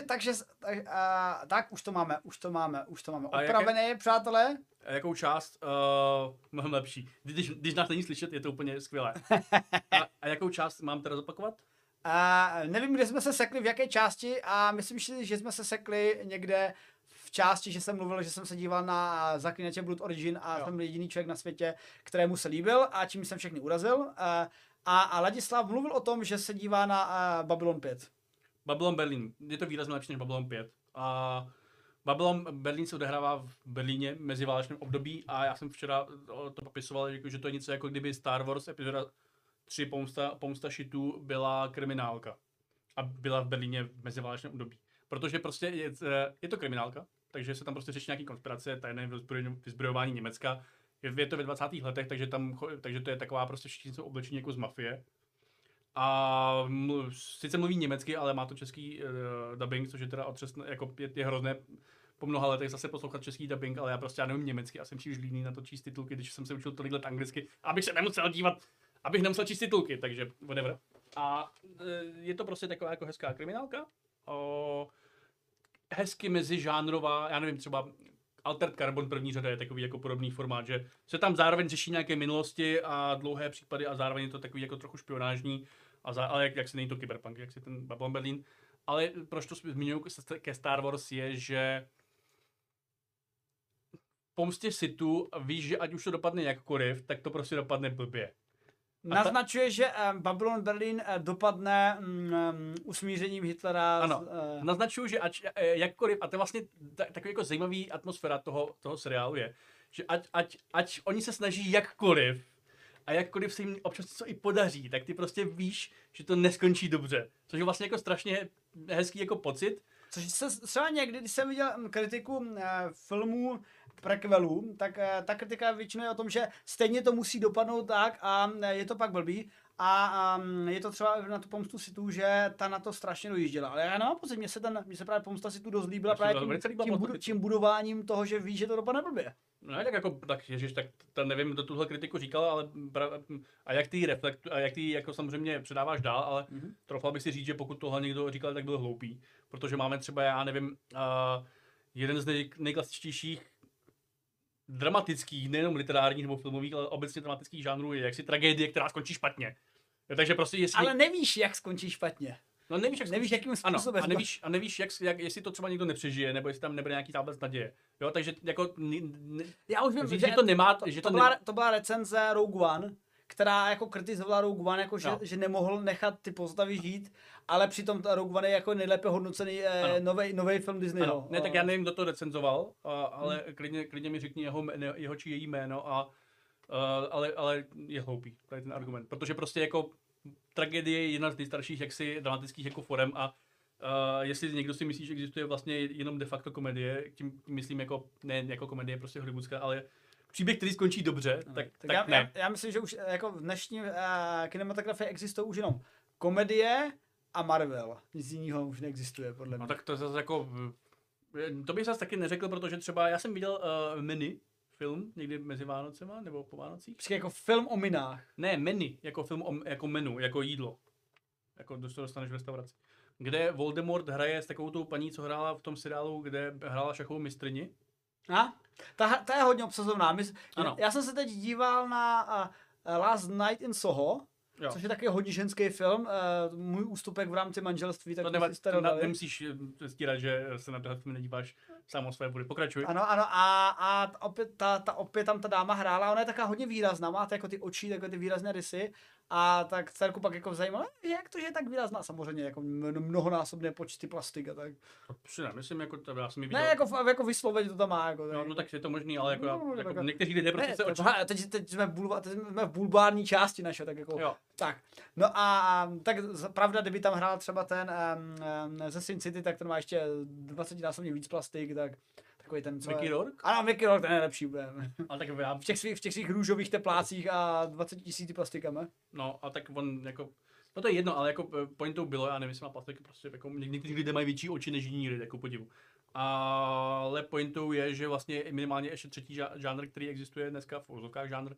Tak, už to máme. Opravené, přátelé.
A jakou část? Mnohem lepší. Když nás není slyšet, je to úplně skvělé. A jakou část mám teda zopakovat?
Nevím, kde jsme se sekli, v jaké části, a myslím si, že jsme se sekli někde v části, že jsem mluvil, že jsem se díval na Zaklínače Blood Origin a jsem byl jediný člověk na světě, kterému se líbil a čím jsem všechny urazil. A Ladislav mluvil o tom, že se dívá na Babylon 5.
Babylon Berlin. Je to výrazně lepší než Babylon 5. Babylon Berlin se odehrává v Berlíně v meziválečném období a já jsem včera to popisoval, že to je něco jako kdyby Star Wars epizoda 3 Pomsta Shittů byla kriminálka. A byla v Berlíně v meziválečném období. Protože prostě je to kriminálka, takže se tam prostě řeší nějaký konspirace, tajné vyzbrojování Německa. Je to ve 20. letech, takže to je taková prostě všichni jsou oblečení jako z mafie. A sice mluví německy, ale má to český dubbing, což je teda otřesné, jako je hrozné po mnoha letech zase poslouchat český dubbing, ale já nevím německy a jsem příliš líný na to číst titulky, když jsem se učil tolik let anglicky, abych se nemusel dívat, abych nemusel číst titulky, takže whatever. A je to prostě taková jako hezká kriminálka, hezky mezižánrová, já nevím, třeba Altered Carbon první řada je takový jako podobný formát, že se tam zároveň řeší nějaké minulosti a dlouhé případy a zároveň je to takový jako trochu špionážní, ale jak se není to Cyberpunk, jak si ten Babylon Berlin. Ale proč to zmiňuji ke Star Wars je, že v Pomstě Sithů víš, že ať už to dopadne jakkoliv, tak to prostě dopadne blbě.
Naznačuje, že Babylon Berlin dopadne usmířením Hitlera.
Ano, naznačuju, že jakkoliv, a to je vlastně takový jako zajímavý atmosféra toho seriálu je, že ať oni se snaží jakkoliv a jakkoliv se jim občas něco i podaří, tak ty prostě víš, že to neskončí dobře. Což je vlastně jako strašně hezký jako pocit
Což se třeba někdy, když jsem viděl kritiku filmů prequelů, tak ta kritika většinou je o tom, že stejně to musí dopadnout tak a je to pak blbý. A je to třeba na tu pomstu Sithů, že ta na to strašně dojížděla. Ale já nemám pocit, mně se právě pomsta Sithů dost líbila právě tím budováním toho, že víš, že to dopadne blbě.
No tak jako, tak ježiš, tak to nevím, kdo tuhle kritiku říkal, ale a jak ty jako samozřejmě předáváš dál, ale troufal bych si říct, že pokud tohle někdo říkal, tak byl hloupý. Protože máme třeba, já nevím, jeden z nejklasičtějších dramatických, nejenom literárních nebo filmových, ale obecně dramatických žánrů je jaksi tragédie, která skončí špatně. Takže prostě jestli...
Ale nevíš, jak skončí špatně.
No nevíš,
jakým způsobem.
Ano, a nevíš jestli to třeba někdo nepřežije, nebo jestli tam nebude nějaký záblesк naděje. Jo, takže jako...
Já už vím,
že to nemá...
To byla recenze Rogue One, která jako kritizovala Rogue One, jako že nemohl nechat ty postavy žít, ale přitom Rogue One je jako nejlépe hodnocený nový film Disneyho.
Ne, tak já nevím, kdo to recenzoval, ale klidně mi řekni jeho či její jméno, ale je hloupý, tady ten argument, protože prostě jako tragédie je jedna z nejstarších jaksi dramatických jako forem a jestli někdo si myslí, že existuje vlastně jenom de facto komedie, tím myslím jako, ne jako komedie prostě hollywoodská, ale příběh, který skončí dobře, tak ne.
Já myslím, že už jako v dnešní kinematografii existují už jenom komedie a Marvel. Nic jiného už neexistuje, podle mě.
No tak to zase jako, to bych zase taky neřekl, protože třeba já jsem viděl Mini film někdy mezi Vánocema nebo po Vánocích.
Počkej, jako film o minách.
Ne, Menu, jako film jako menu, jako jídlo. Jako to dostaneš v restauraci. Kde Voldemort hraje s takovou tou paní, co hrála v tom seriálu, kde hrála šachovou mistryni.
Ta je hodně obsazovná. Já jsem se teď díval na Last Night in Soho, což je taky hodně ženský film. Můj ústupek v rámci manželství. Tak
nemusíš stírat, že se na tohle film nedíváš sám o své vody. Pokračuj.
Ano, a opět tam ta dáma hrála, ona je taková hodně výrazná, má jako ty oči, takové ty výrazné rysy. A tak dcerku pak jako zajímalo, jak to, že je tak výrazná, samozřejmě jako mnohonásobné počty plastik a tak.
Myslím, jako to já jsem viděl.
Ne, jako vysloveně to tam má. Jako,
no tak je to možný, ale jako někteří lidé prostě se oči...
Teď jsme v bulvární části našeho, tak jako, tak. No a tak pravda, kdyby tam hrál třeba ten ze Sin City, tak ten má ještě 20násobně víc plastik, tak takový ten, co
Mickey Rourke?
Ano, Mickey Rourke, ten je nejlepší úplně.
Ale tak
v těch svých růžových teplácích a 20 000 plastikama.
No a tak on jako, no to je jedno, ale jako pointou bylo, já nevím, jestli má plastik, prostě jako někteří lidé mají větší oči než jiní lidé, jako podivu. Ale pointou je, že vlastně minimálně ještě třetí žánr, který existuje dneska v ozovkách žánr,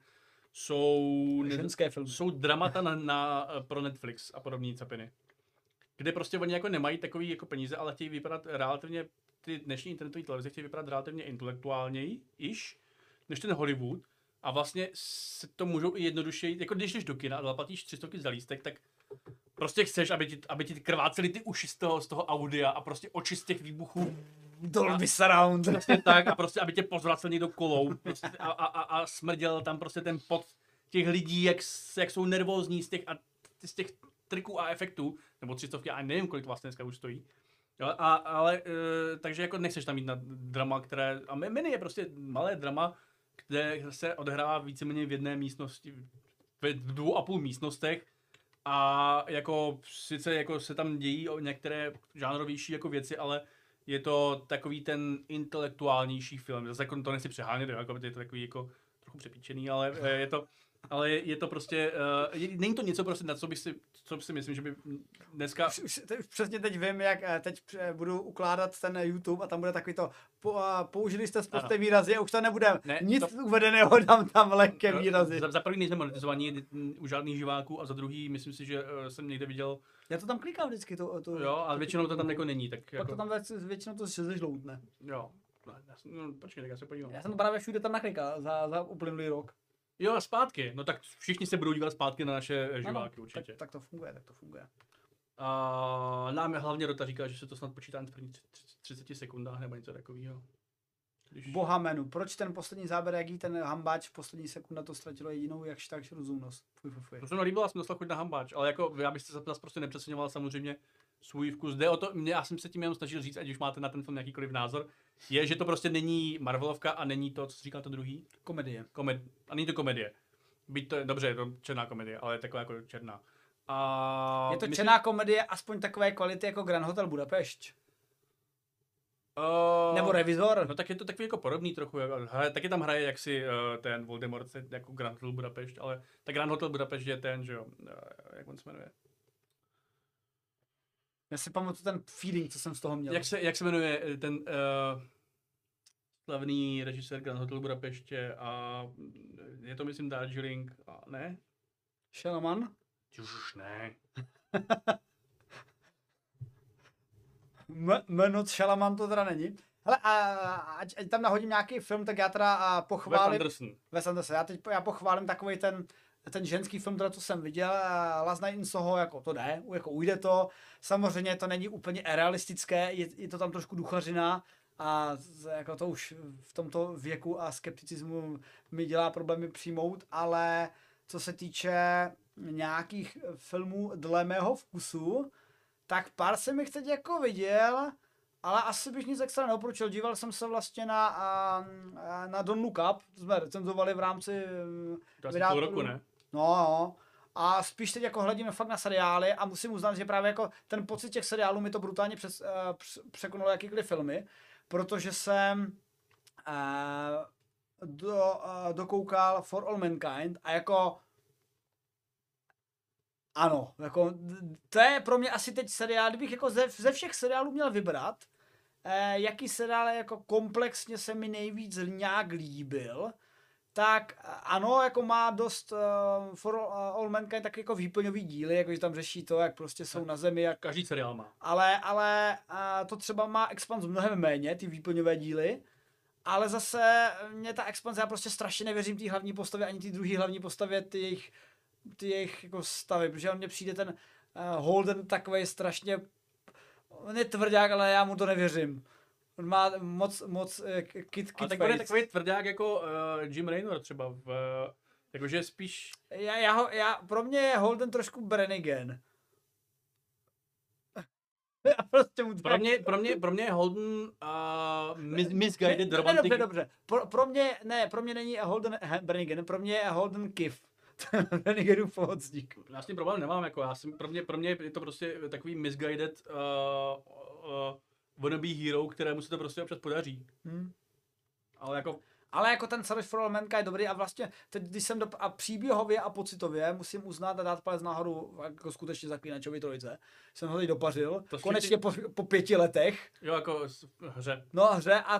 jsou dramata pro Netflix a podobné capiny. Kde prostě oni jako nemají takový jako peníze, ale chtějí vypadat relativně, ty dnešní internetové televize chtějí vypadat relativně intelektuálněji-iž, než ten Hollywood. A vlastně se to můžou i jednodušeji, jako když jdeš do kina a zaplatíš 300 za lístek, tak prostě chceš, aby ti krvácely ty uši z toho audia a prostě oči z těch výbuchů.
Dolby surround.
Prostě tak a prostě, aby tě pozvracel někdo kolou prostě, a smrděl tam prostě ten pot těch lidí, jak jsou nervózní z těch triků a efektů, nebo 300, já nevím, kolik to vlastně dneska už stojí. Jo, ale takže jako nechceš tam jít na drama, které, a Mini je prostě malé drama, kde se odehrává víceméně v jedné místnosti, v 2,5 místnostech a jako sice jako se tam dějí některé žánrovější jako věci, ale je to takový ten intelektuálnější film. Zase jako to nechci přehánět, jako je to takový jako trochu přepíčený, ale je to prostě, není to něco prostě, na co si myslím, že by dneska...
Přesně teď vím, jak teď budu ukládat ten YouTube a tam bude takový to, použili jste sprosté výrazy a už to nebude nic uvedeného, dám tam lehké výrazy.
Za první nejsme monetizovaní u žádných živáků a za druhý, myslím si, že jsem někde viděl...
Já to tam klikám vždycky.
Jo, ale většinou to tam jako není. Tak
jako... to tam většinou to zežloutne.
Jo. No, počkej, tak já se podívám.
Já jsem to právě všude tam naklikal za uplynulý rok.
Jo, zpátky. No tak všichni se budou dívat zpátky na naše živáky určitě.
Tak to funguje.
Nám hlavně Rota říká, že se to snad počítá v prvních 30 sekundách nebo něco takového.
Bohamenu, proč ten poslední záběr, jak jí ten hambáč v poslední sekunda to ztratilo jedinou jakž takž rozumnost? Fuj.
To se mi líbilo, já jsem dostal chuť na hambáč, ale jako já bych se zase prostě nepřeceňoval samozřejmě svůj vkus. Jde o to, já jsem se tím jenom snažil říct, ať už máte na ten film jakýkoliv názor, je, že to prostě není Marvelovka a není to, co jsi říkal to druhý?
Komedie.
A není to komedie. Byť to, dobře, je to černá komedie, ale je taková jako černá.
Je to černá komedie, aspoň takové kvality jako Grand Hotel Budapešť. Nebo Revizor?
No tak je to takový jako podobný trochu, taky tam hraje jaksi ten Voldemort, jako Grand Hotel Budapešť, ale tak Grand Hotel Budapešť je ten, že jo, jak on se jmenuje?
Já si pamatuju ten feeling, co jsem z toho měl.
Jak se jmenuje ten slavný režisér Grand Hotel Budapeště a je to myslím Darjeeling, a ne?
Shalaman?
Už ne.
Jméno Shalaman to teda není. Hele, ať tam nahodím nějaký film, tak já teda pochválím... Wes Anderson. Já pochválím takovej ten ženský film, teda, co jsem viděl, Last Night in Soho, jako to jde, jako ujde to. Samozřejmě to není úplně realistické, je to tam trošku duchařina a jako to už v tomto věku a skepticismu mi dělá problémy přijmout, ale co se týče nějakých filmů dle mého vkusu, tak pár jsem jich teď jako viděl, ale asi bych nic extra nedoporučil. Díval jsem se vlastně na Don't Look Up, to jsme recenzovali v rámci
to asi půl roku, ne?
No. A spíš teď jako hledíme fakt na seriály a musím uznat, že právě jako ten pocit těch seriálů mi to brutálně překonalo jakýkoliv filmy, protože jsem dokoukal For All Mankind a jako ano, jako to je pro mě asi teď seriál, kdybych jako ze všech seriálů měl vybrat, jaký seriál jako komplexně se mi nejvíc nějak líbil, tak ano, jako má dost For All Mankind tak jako výplňový díly, jakože tam řeší to, jak prostě jsou na zemi. Jak...
Každý seriál má.
Ale to třeba má Expanse mnohem méně, ty výplňové díly, ale zase mě ta Expanse, já prostě strašně nevěřím té hlavní postavě, ani té druhé hlavní postavě, ty jejich jako stavy, protože on mně přijde ten Holden takovej strašně netvrdák, ale já mu to nevěřím. On má moc kid
ale tak bude takový tvrdák jako Jim Raynor třeba, jakože spíš...
Pro mě je Holden trošku Brannigan. Prostě
pro mě je Holden misguided romantik.
Dobře. Pro mě není Holden Brannigan, pro mě je Holden Kiff. Branniganův pomocník.
Já s tím problém nemám, jako pro mě je to prostě takový misguided wannabe hero, kterému se to prostě občas podaří.
Ale jako ten Search for All Mankind je dobrý a vlastně teď, když jsem a příběhově a pocitově musím uznat a dát palec nahoru jako skutečně Zaklínačovi trojice. Jsem ho teď dopařil, konečně po 5 letech.
Jo, jako hře.
No hře a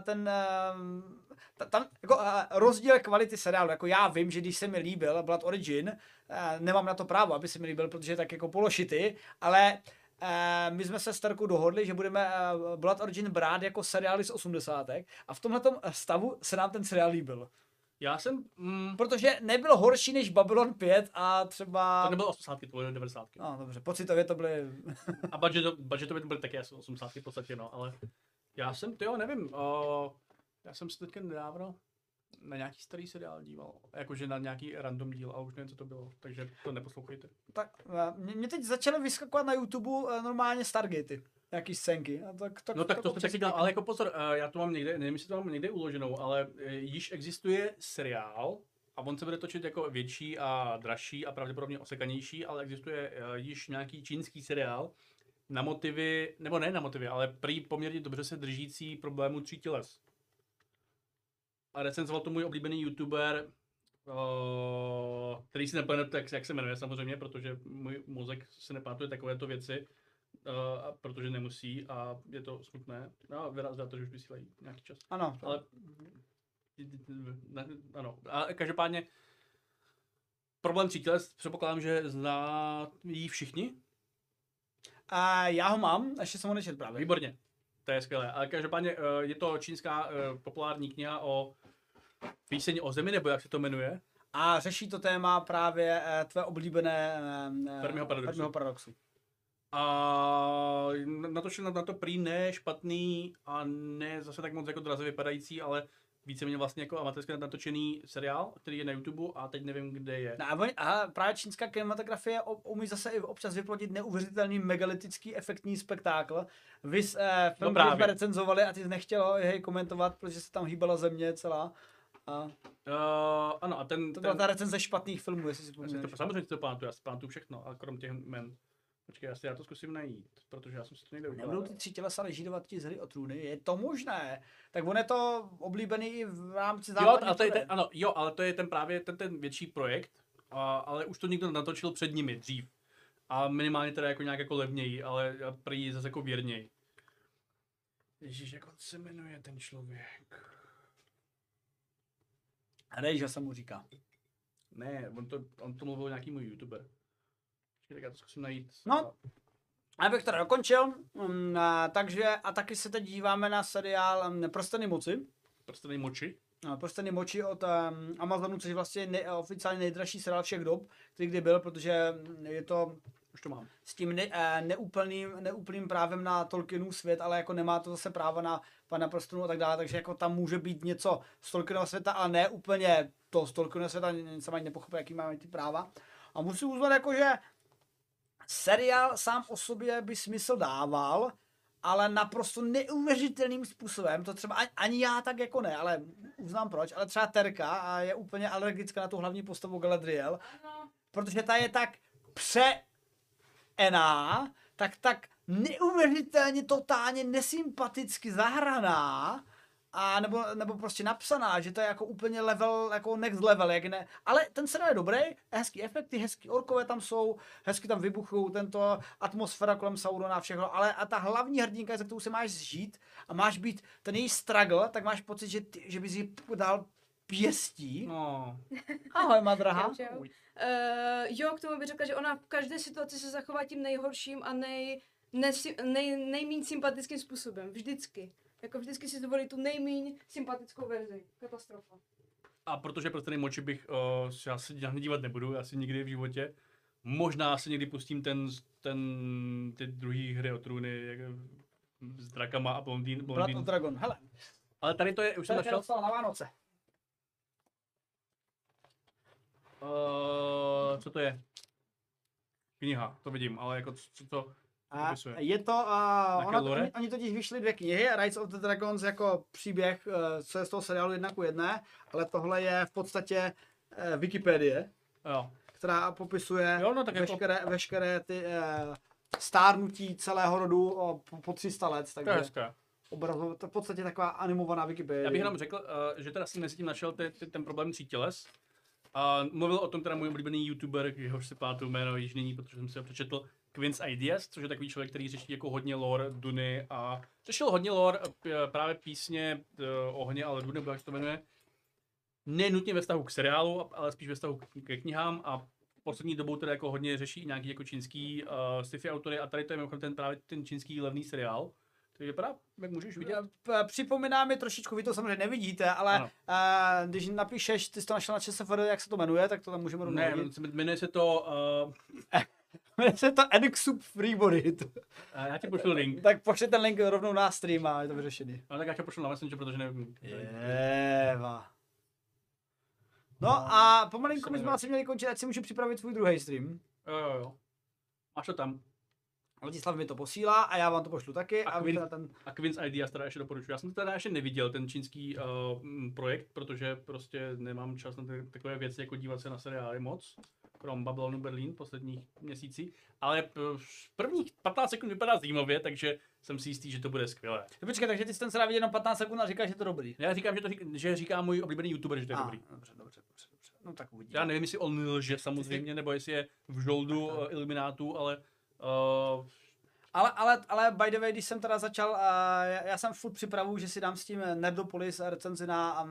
tam jako rozdíl kvality seriálu, jako já vím, že když se mi líbil Blood Origin, nemám na to právo, aby se mi líbil, protože je tak jako pološity, ale my jsme se s Terkou dohodli, že budeme Blood Origin brát jako seriály z 80. a v tomhletom stavu se nám ten seriál líbil.
Já jsem...
Protože nebylo horší než Babylon 5 a třeba...
To nebylo 80, to bylo 90.
No dobře, pocitově to byly...
A budgetově to byly taky asi 80 v podstatě, no, ale já jsem, nevím, já jsem se teďka nedávno na nějaký starý seriál díval, jakože na nějaký random díl, ale už nevím, co to bylo, takže to neposlouchejte.
Tak mě teď začaly vyskakovat na YouTube normálně Stargatey, nějaký scénky.
No tak to jste taky dělal, ale jako pozor, já to mám někde, nevím, jestli to mám někde uloženou, ale již existuje seriál a on se bude točit jako větší a dražší a pravděpodobně osekanější, ale existuje již nějaký čínský seriál na motivy, nebo ne na motivy, ale prý poměrně dobře se držící problému 3 těles. A recenzoval to můj oblíbený youtuber, který si nepamatuje, jak se jmenuje samozřejmě, protože můj mozek se nepamatuje takovéto věci, protože nemusí a je to smutné. No, vyrazí to, že už vysílají nějaký čas.
Ano.
Ale, ano. A každopádně problém 3 těles, předpokládám, že znají všichni.
Já ho mám, ještě jsem ho nečetl právě.
Výborně. To je skvělé. Ale každopádně je to čínská populární kniha o píseň o zemi, nebo jak se to jmenuje?
A řeší to téma právě tvé oblíbené
Fermiho paradoxu. A natočil na to prý ne špatný a ne zase tak moc jako draze vypadající, ale víceméně vlastně jako amatérsky natočený seriál, který je na YouTube a teď nevím, kde je.
No a právě čínská kinematografie umí zase i občas vyplodit neuvěřitelný megalitický efektní spektákl. Vy film, který jsme recenzovali a ty jsi nechtěl jej komentovat, protože se tam hýbala země celá.
Ano, a
to byla ta recenze špatných filmů, jestli si pamatuju.
Samozřejmě to pamatuju, já si pamatuju všechno, ale krom těch jmen. Počkej, já to zkusím najít, protože já jsem si to někde
Nebudou
ukládal.
ty 3 tělesa režírovat ti z hry o trůny? Je to možné? Tak on je to oblíbený i v rámci
Jo,
západní
ale to je
Koreje.
ten, ano, jo, ale to je ten právě ten větší projekt, ale už to někdo natočil před nimi dřív. A minimálně teda jako nějak jako levněji, ale prý zase jako věrněji. Ježíš, jak on se jmenuje ten člověk?
Rejža se mu říká.
Ne, on to mluvil nějakýmu youtuber. Počkej, tak já to zkusím najít.
No. Abych to dokončil, takže a taky se teď díváme na seriál Prsteny moci.
Prsteny moči.
Prsteny moči od Amazonu, což je vlastně oficiálně nejdražší seriál všech dob, který kdy byl, protože je to
Už to mám.
s tím neúplným právem na Tolkienův svět, ale jako nemá to zase práva na Pana prstenů a tak dále, takže jako tam může být něco z Tolkienova světa, ale ne úplně to z Tolkienova světa, jsem ani nepochopil, jaký máme ty práva. A musím uznat jako, že seriál sám o sobě by smysl dával, ale naprosto neuvěřitelným způsobem, to třeba ani já tak jako ne, ale uznám proč, ale třeba Terka a je úplně alergická na tu hlavní postavu Galadriel, protože ta je tak tak neuvěřitelně totálně nesympaticky zahraná, a nebo prostě napsaná, že to je jako úplně level, jako next level, jak ne. Ale ten seriál je dobrý, hezký efekty, hezký orkové tam jsou, hezky tam vybuchují, tento atmosféra kolem Saurona a všechno, ale a ta hlavní hrdinka, za kterou se máš zžít a máš být ten její struggle, tak máš pocit, že bys jí dal pěstí.
No.
Ahoj, má drahá.
Čau. Jo, k tomu bych řekla, že ona v každé situaci se zachová tím nejhorším a nejméně sympatickým způsobem. Vždycky. Jako vždycky si zvolí tu nejméně sympatickou verzi. Katastrofa.
A protože Prsteny moči bych já se dívat nebudu, asi nikdy v životě. Možná si někdy pustím ty druhý hry o trůny, jak, s drakama a blondýn.
Blood of Dragon, hele.
Ale tady to je, už jsem
To je
našel.
dostal na Vánoce.
Co to je? Kniha, to vidím, ale jako co to
A
popisuje?
je to,
lore?
oni totiž vyšly 2 knihy, Rise of the Dragons jako příběh, co je z toho seriálu 1:1, ale tohle je v podstatě Wikipedie,
Jo.
která popisuje
Jo, no, tak jako-
veškeré ty stárnutí celého rodu po 300 let,
To je
takže
hezké.
to je v podstatě taková animovaná Wikipedie.
Já bych jenom řekl, že teda jsem mezi tím našel ten problém 3 těles. A mluvil o tom teda můj oblíbený youtuber, jehož si pamatuju jméno již nyní, protože jsem si ho přečetl, Quince Ideas, což je takový člověk, který řeší jako hodně lore Duny a řešil hodně lore právě písně Ohně, ale Duny, jak se to jmenuje. Ne nutně ve vztahu k seriálu, ale spíš ve vztahu ke knihám a poslední dobou teda jako hodně řeší nějaký jako čínský sci-fi autory a tady to je mimochodem ten čínský levný seriál. To vypadá, jak můžeš vidět.
Připomíná mi trošičku, vy to samozřejmě nevidíte, ale když napíšeš, ty jsi to našel na ČSFD, jak se to jmenuje, tak to tam můžeme rovnou
Ne,
hodit.
jmenuje se to,
Jmenuje se to Enxup Freebody.
já ti pošlu link.
Tak pošli ten link rovnou na stream a je to vyřešený.
No tak já ti pošlu na Messenger, protože nevím.
Jeva. No a pomalinku my jsme asi měli končit, ať si můžu připravit svůj druhý stream.
Jo. Máš to tam.
Ladislav mi to posílá a já vám to pošlu taky.
A
A vy teda
A Quince Ideas teda ještě doporučuji. Já jsem teda ještě neviděl ten čínský projekt, protože prostě nemám čas na takové věci, jako dívat se na seriály moc. Krom Babylonu Berlin posledních měsících. Ale prvních 15 sekund vypadá zajímavě, takže jsem si jistý, že to bude skvělé.
Počkej, takže ty jsi ten seriál viděl jenom 15 sekund a říkáš, že je to dobrý.
Já říkám, že říká můj oblíbený youtuber, že to je dobrý.
Dobře. No tak uvidíme.
Já nevím, jestli on lže samozřejmě, nebo jestli je v žoldu iluminátů, ale
Ale by the way, když jsem teda začal, já jsem furt připravu, že si dám s tím Nerdopolis recenzi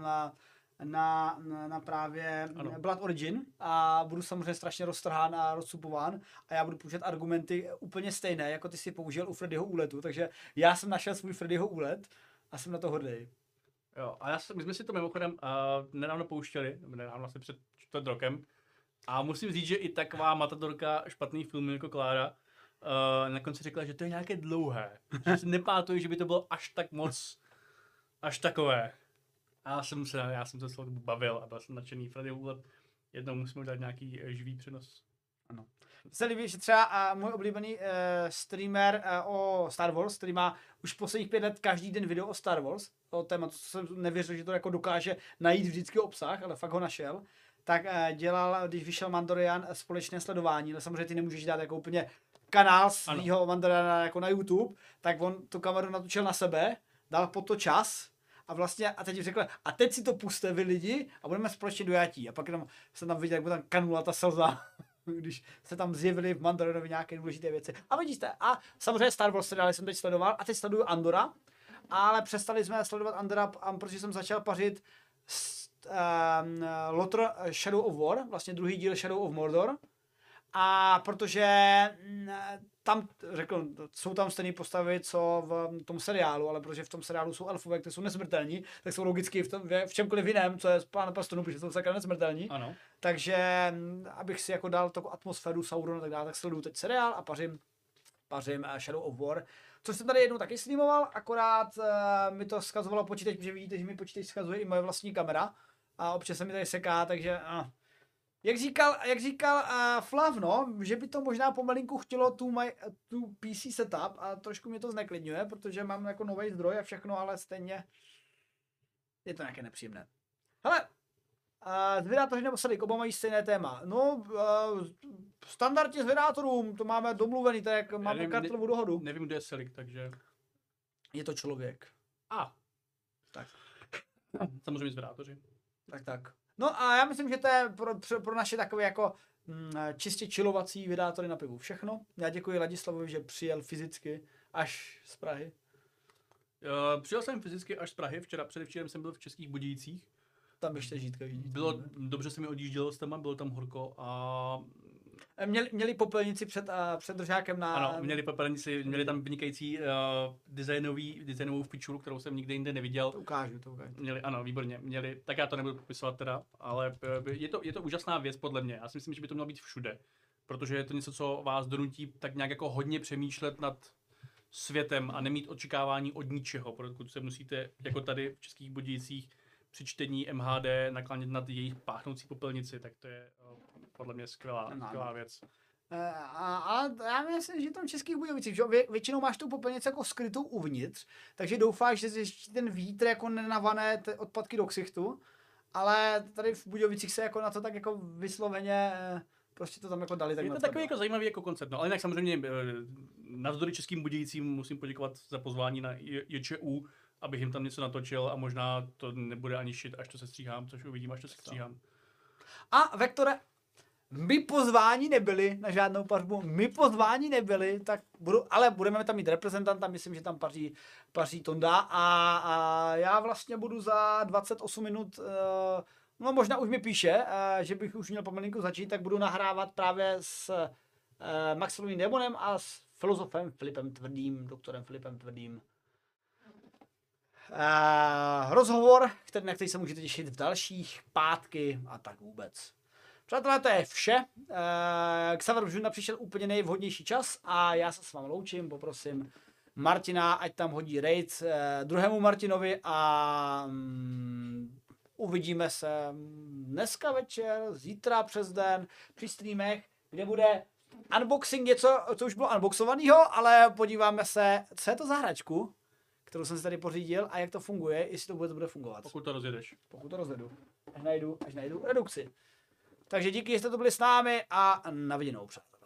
na právě
Ano.
Blood Origin a budu samozřejmě strašně roztrhán a rozsupován a já budu použít argumenty úplně stejné, jako ty si použil u Freddyho úletu, takže já jsem našel svůj Freddyho úlet a jsem na to hrdý.
jo, a my jsme si to mimochodem nedávno pouštěli, nedávno asi před 4 rokem. A musím říct, že i taková matadorka špatný film jako Klára na konci řekla, že to je nějaké dlouhé. Že si nepamatuju, že by to bylo až tak moc, až takové. A já jsem se s tím bavil a byl jsem nadšený. Freddy úlet, jednou musíme udělat nějaký živý přenos.
Ano. Se líbí, že třeba můj oblíbený streamer o Star Wars, který má už posledních 5 let každý den video o Star Wars, o tématu, co jsem nevěřil, že to jako dokáže najít vždycky obsah, ale fakt ho našel, tak dělal, když vyšel Mandalorian, společné sledování, ale samozřejmě ty nemůžeš dát jako úplně kanál svýho Mandaloriana jako na YouTube, tak on tu kameru natočil na sebe, dal po to čas a vlastně, a teď řekl, a teď si to puste vy lidi a budeme společně dojatí. A pak jenom jsem tam viděl, jak mu tam kanula ta slza, když se tam zjevily v Mandalorianovi nějaké důležité věci. A vidíte, a samozřejmě Star Wars seriály jsem teď sledoval a teď sleduju Andora, ale přestali jsme sledovat Andora, protože jsem začal pařit Lotr Shadow of War, vlastně druhý díl Shadow of Mordor. A protože tam, řekl, jsou tam stejné postavy, co v tom seriálu, ale protože v tom seriálu jsou elfové, kteří jsou nesmrtelní, tak jsou logicky v čemkoliv jiném, co je Pán prstenů, protože jsou sakra nesmrtelní.
Ano.
Takže abych si jako dal takovou atmosféru Saurona a tak dále, tak sleduju teď seriál a pařím Shadow of War. Což jsem tady jednou taky streamoval, akorát mi to zkazovalo počítač, protože vidíte, že mi počítač zkazuje i moje vlastní kamera a občas se mi tady seká, takže jak říkal Flav, no, že by to možná pomalinku chtělo tu PC setup a trošku mě to zneklidňuje, protože mám jako nový zdroj a všechno, ale stejně je to nějaké nepříjemné. Hele, zvědátoři nebo Selik, oba mají stejné téma. No, standardně zvědátorům, to máme domluvený, tak jak máme kartelovou dohodu.
Nevím, kde je Selik, takže...
Je to člověk. Tak.
Samozřejmě zvědátoři.
Tak. No a já myslím, že to je pro naše takové jako čistě chillovací vydátory na pivu všechno. Já děkuji Ladislavovi, že přijel fyzicky až z Prahy.
Přijel jsem fyzicky až z Prahy, předevčírem jsem byl v Českých Budějcích.
Tam ještě žít každý.
Dobře se mi odjíždělo s téma, bylo tam horko a...
Měli popelnici před držákem na...
Ano, měli popelnici, měli tam vynikající designovou feature, kterou jsem nikdy jinde neviděl.
To ukážu.
Měli, ano, výborně, tak já to nebudu popisovat teda, ale je to úžasná věc podle mě. Já si myslím, že by to mělo být všude, protože je to něco, co vás donutí tak nějak jako hodně přemýšlet nad světem a nemít očekávání od ničeho, pokud se musíte, jako tady v Českých Budějcích, při čtení MHD naklánět nad jejich páchnoucí popelnici, tak to je podle mě skvělá věc.
A já myslím, že v tom Českých Budějovicích, že většinou máš tu popelnici jako skrytou uvnitř, takže doufáš, že ten vítr jako nenavané odpadky do ksichtu, ale tady v Budějovicích se jako na to tak jako vysloveně prostě to tam jako dali. Tak
je to takový jako zajímavý jako koncept, no ale jinak samozřejmě navzdory Českým Budějcím musím poděkovat za pozvání na JČU, abych jim tam něco natočil a možná to nebude ani shit, až to se stříhám, což uvidím, až to se stříhám.
A Vektore, my pozváni nebyli na žádnou pařbu, tak ale budeme tam mít reprezentanta, myslím, že tam paří Tonda a já vlastně budu za 28 minut, no možná už mi píše, že bych už měl pomalinku začít, tak budu nahrávat právě s Maximovým démonem a s filozofem doktorem Filipem Tvrdým. Rozhovor, na který se můžete těšit v dalších pátky a tak vůbec. Přátelé, to je vše. Xaver Žunda přišel úplně nejvhodnější čas a já se s vámi loučím, poprosím Martina, ať tam hodí raid druhému Martinovi a uvidíme se dneska večer, zítra přes den při streamech, kde bude unboxing něco, co už bylo unboxovaného, ale podíváme se, co je to za hračku, kterou jsem si tady pořídil a jak to funguje, jestli to vůbec bude fungovat.
Pokud to rozjedeš.
Pokud to rozjedu. Až najdu redukci. Takže díky, že jste tu byli s námi a na viděnou, přátelé.